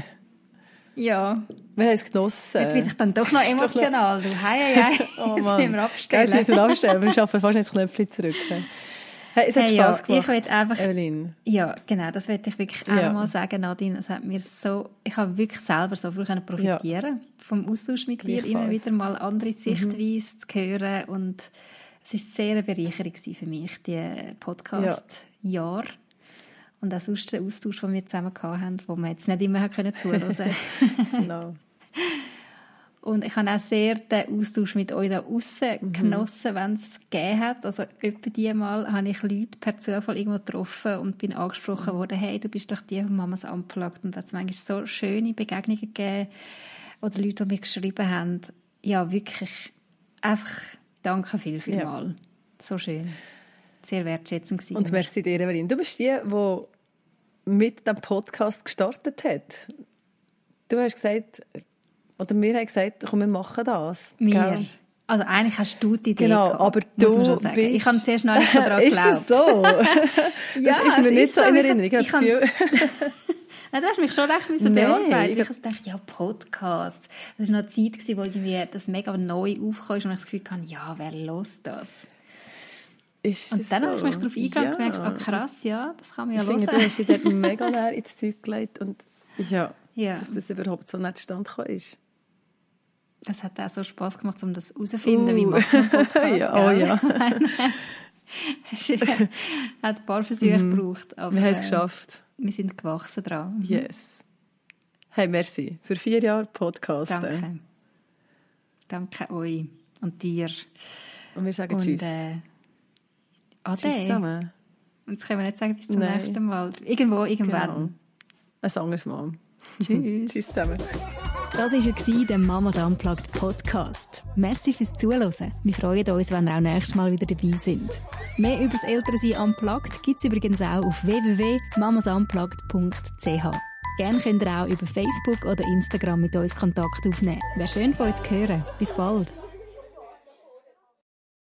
Ja. Wir haben es genossen. Jetzt bin ich dann doch noch emotional. Du, hei, hei, hei. Oh, jetzt müssen wir abstellen. Jetzt müssen wir abstellen. Wir schaffen fast nicht das Knöpfchen zurück. Hey, es hat hey, Spass ja, gemacht, ich jetzt einfach, Evelyn. Ja, genau. Das wollte ich wirklich auch ja. mal sagen, Nadine. Es hat mir so, ich habe wirklich selber so viel profitieren ja. vom Austausch mit dir. Immer wieder mal andere Sichtweise mhm. zu hören. Und es war sehr eine Bereicherung für mich, die Podcast-Jahre. Ja. Und auch sonst der Austausch, den wir zusammen hatten, wo wir jetzt nicht immer zuhören konnten. No. Und ich habe auch sehr den Austausch mit euch da aussen mhm. genossen, wenn es gegeben hat. Also etwa die Mal habe ich Leute per Zufall irgendwo getroffen und bin angesprochen mhm. worden, hey, du bist doch die von Mamas Unplugged. Und da hat es manchmal so schöne Begegnungen gegeben. Oder Leute, die mir geschrieben haben, ja, wirklich, einfach danke viel, viel ja. mal. So schön. Sehr wertschätzend gewesen. Und merci dir, Evelyn. Du bist die, die mit dem Podcast gestartet hat. Du hast gesagt, oder wir haben gesagt, komm, wir machen das. Wir? Gell? Also eigentlich hast du die Idee genau, gehabt, aber du bist... Ich habe zuerst noch nicht so daran geglaubt. Ist das so? Das ja, ist mir nicht ist so in Erinnerung. Ich, ich, ich Nein, du hast mich schon recht müssen beantworten. Ich dachte, ja, Podcast. Das war noch eine Zeit, wo irgendwie das mega neu aufkam und ich das Gefühl hatte, ja, wer hört das? Ist und dann so? habe ich mich darauf eingegangen und gemerkt, ah, krass, ja, das kann man ja ich hören. Ich finde, du hast dich dort mega leer ins Zeug gelegt und ja, ja, dass das überhaupt so nicht zustande gekommen ist. Das hat auch so Spass gemacht, um das herauszufinden, uh. wie man einen Podcast ja, oh ja. Es hat ein paar Versuche mhm. gebraucht. Aber, wir haben es geschafft. Äh, wir sind gewachsen dran. Mhm. Yes. Hey, merci für vier Jahre Podcast. Danke. Danke euch und dir. Und wir sagen und, Tschüss. Äh, Ade. Tschüss zusammen. Und das können wir nicht sagen, bis zum Nein. nächsten Mal. Irgendwo, irgendwann. Genau. Ein anderes Mal. Tschüss. Tschüss zusammen. Das war der Mamas Unplugged Podcast. Merci fürs Zuhören. Wir freuen uns, wenn ihr auch nächstes Mal wieder dabei sind. Mehr über das Elternsein Unplugged gibt es übrigens auch auf w w w punkt mamas unplugged punkt c h. Gerne könnt ihr auch über Facebook oder Instagram mit uns Kontakt aufnehmen. Wäre schön von euch zu hören. Bis bald.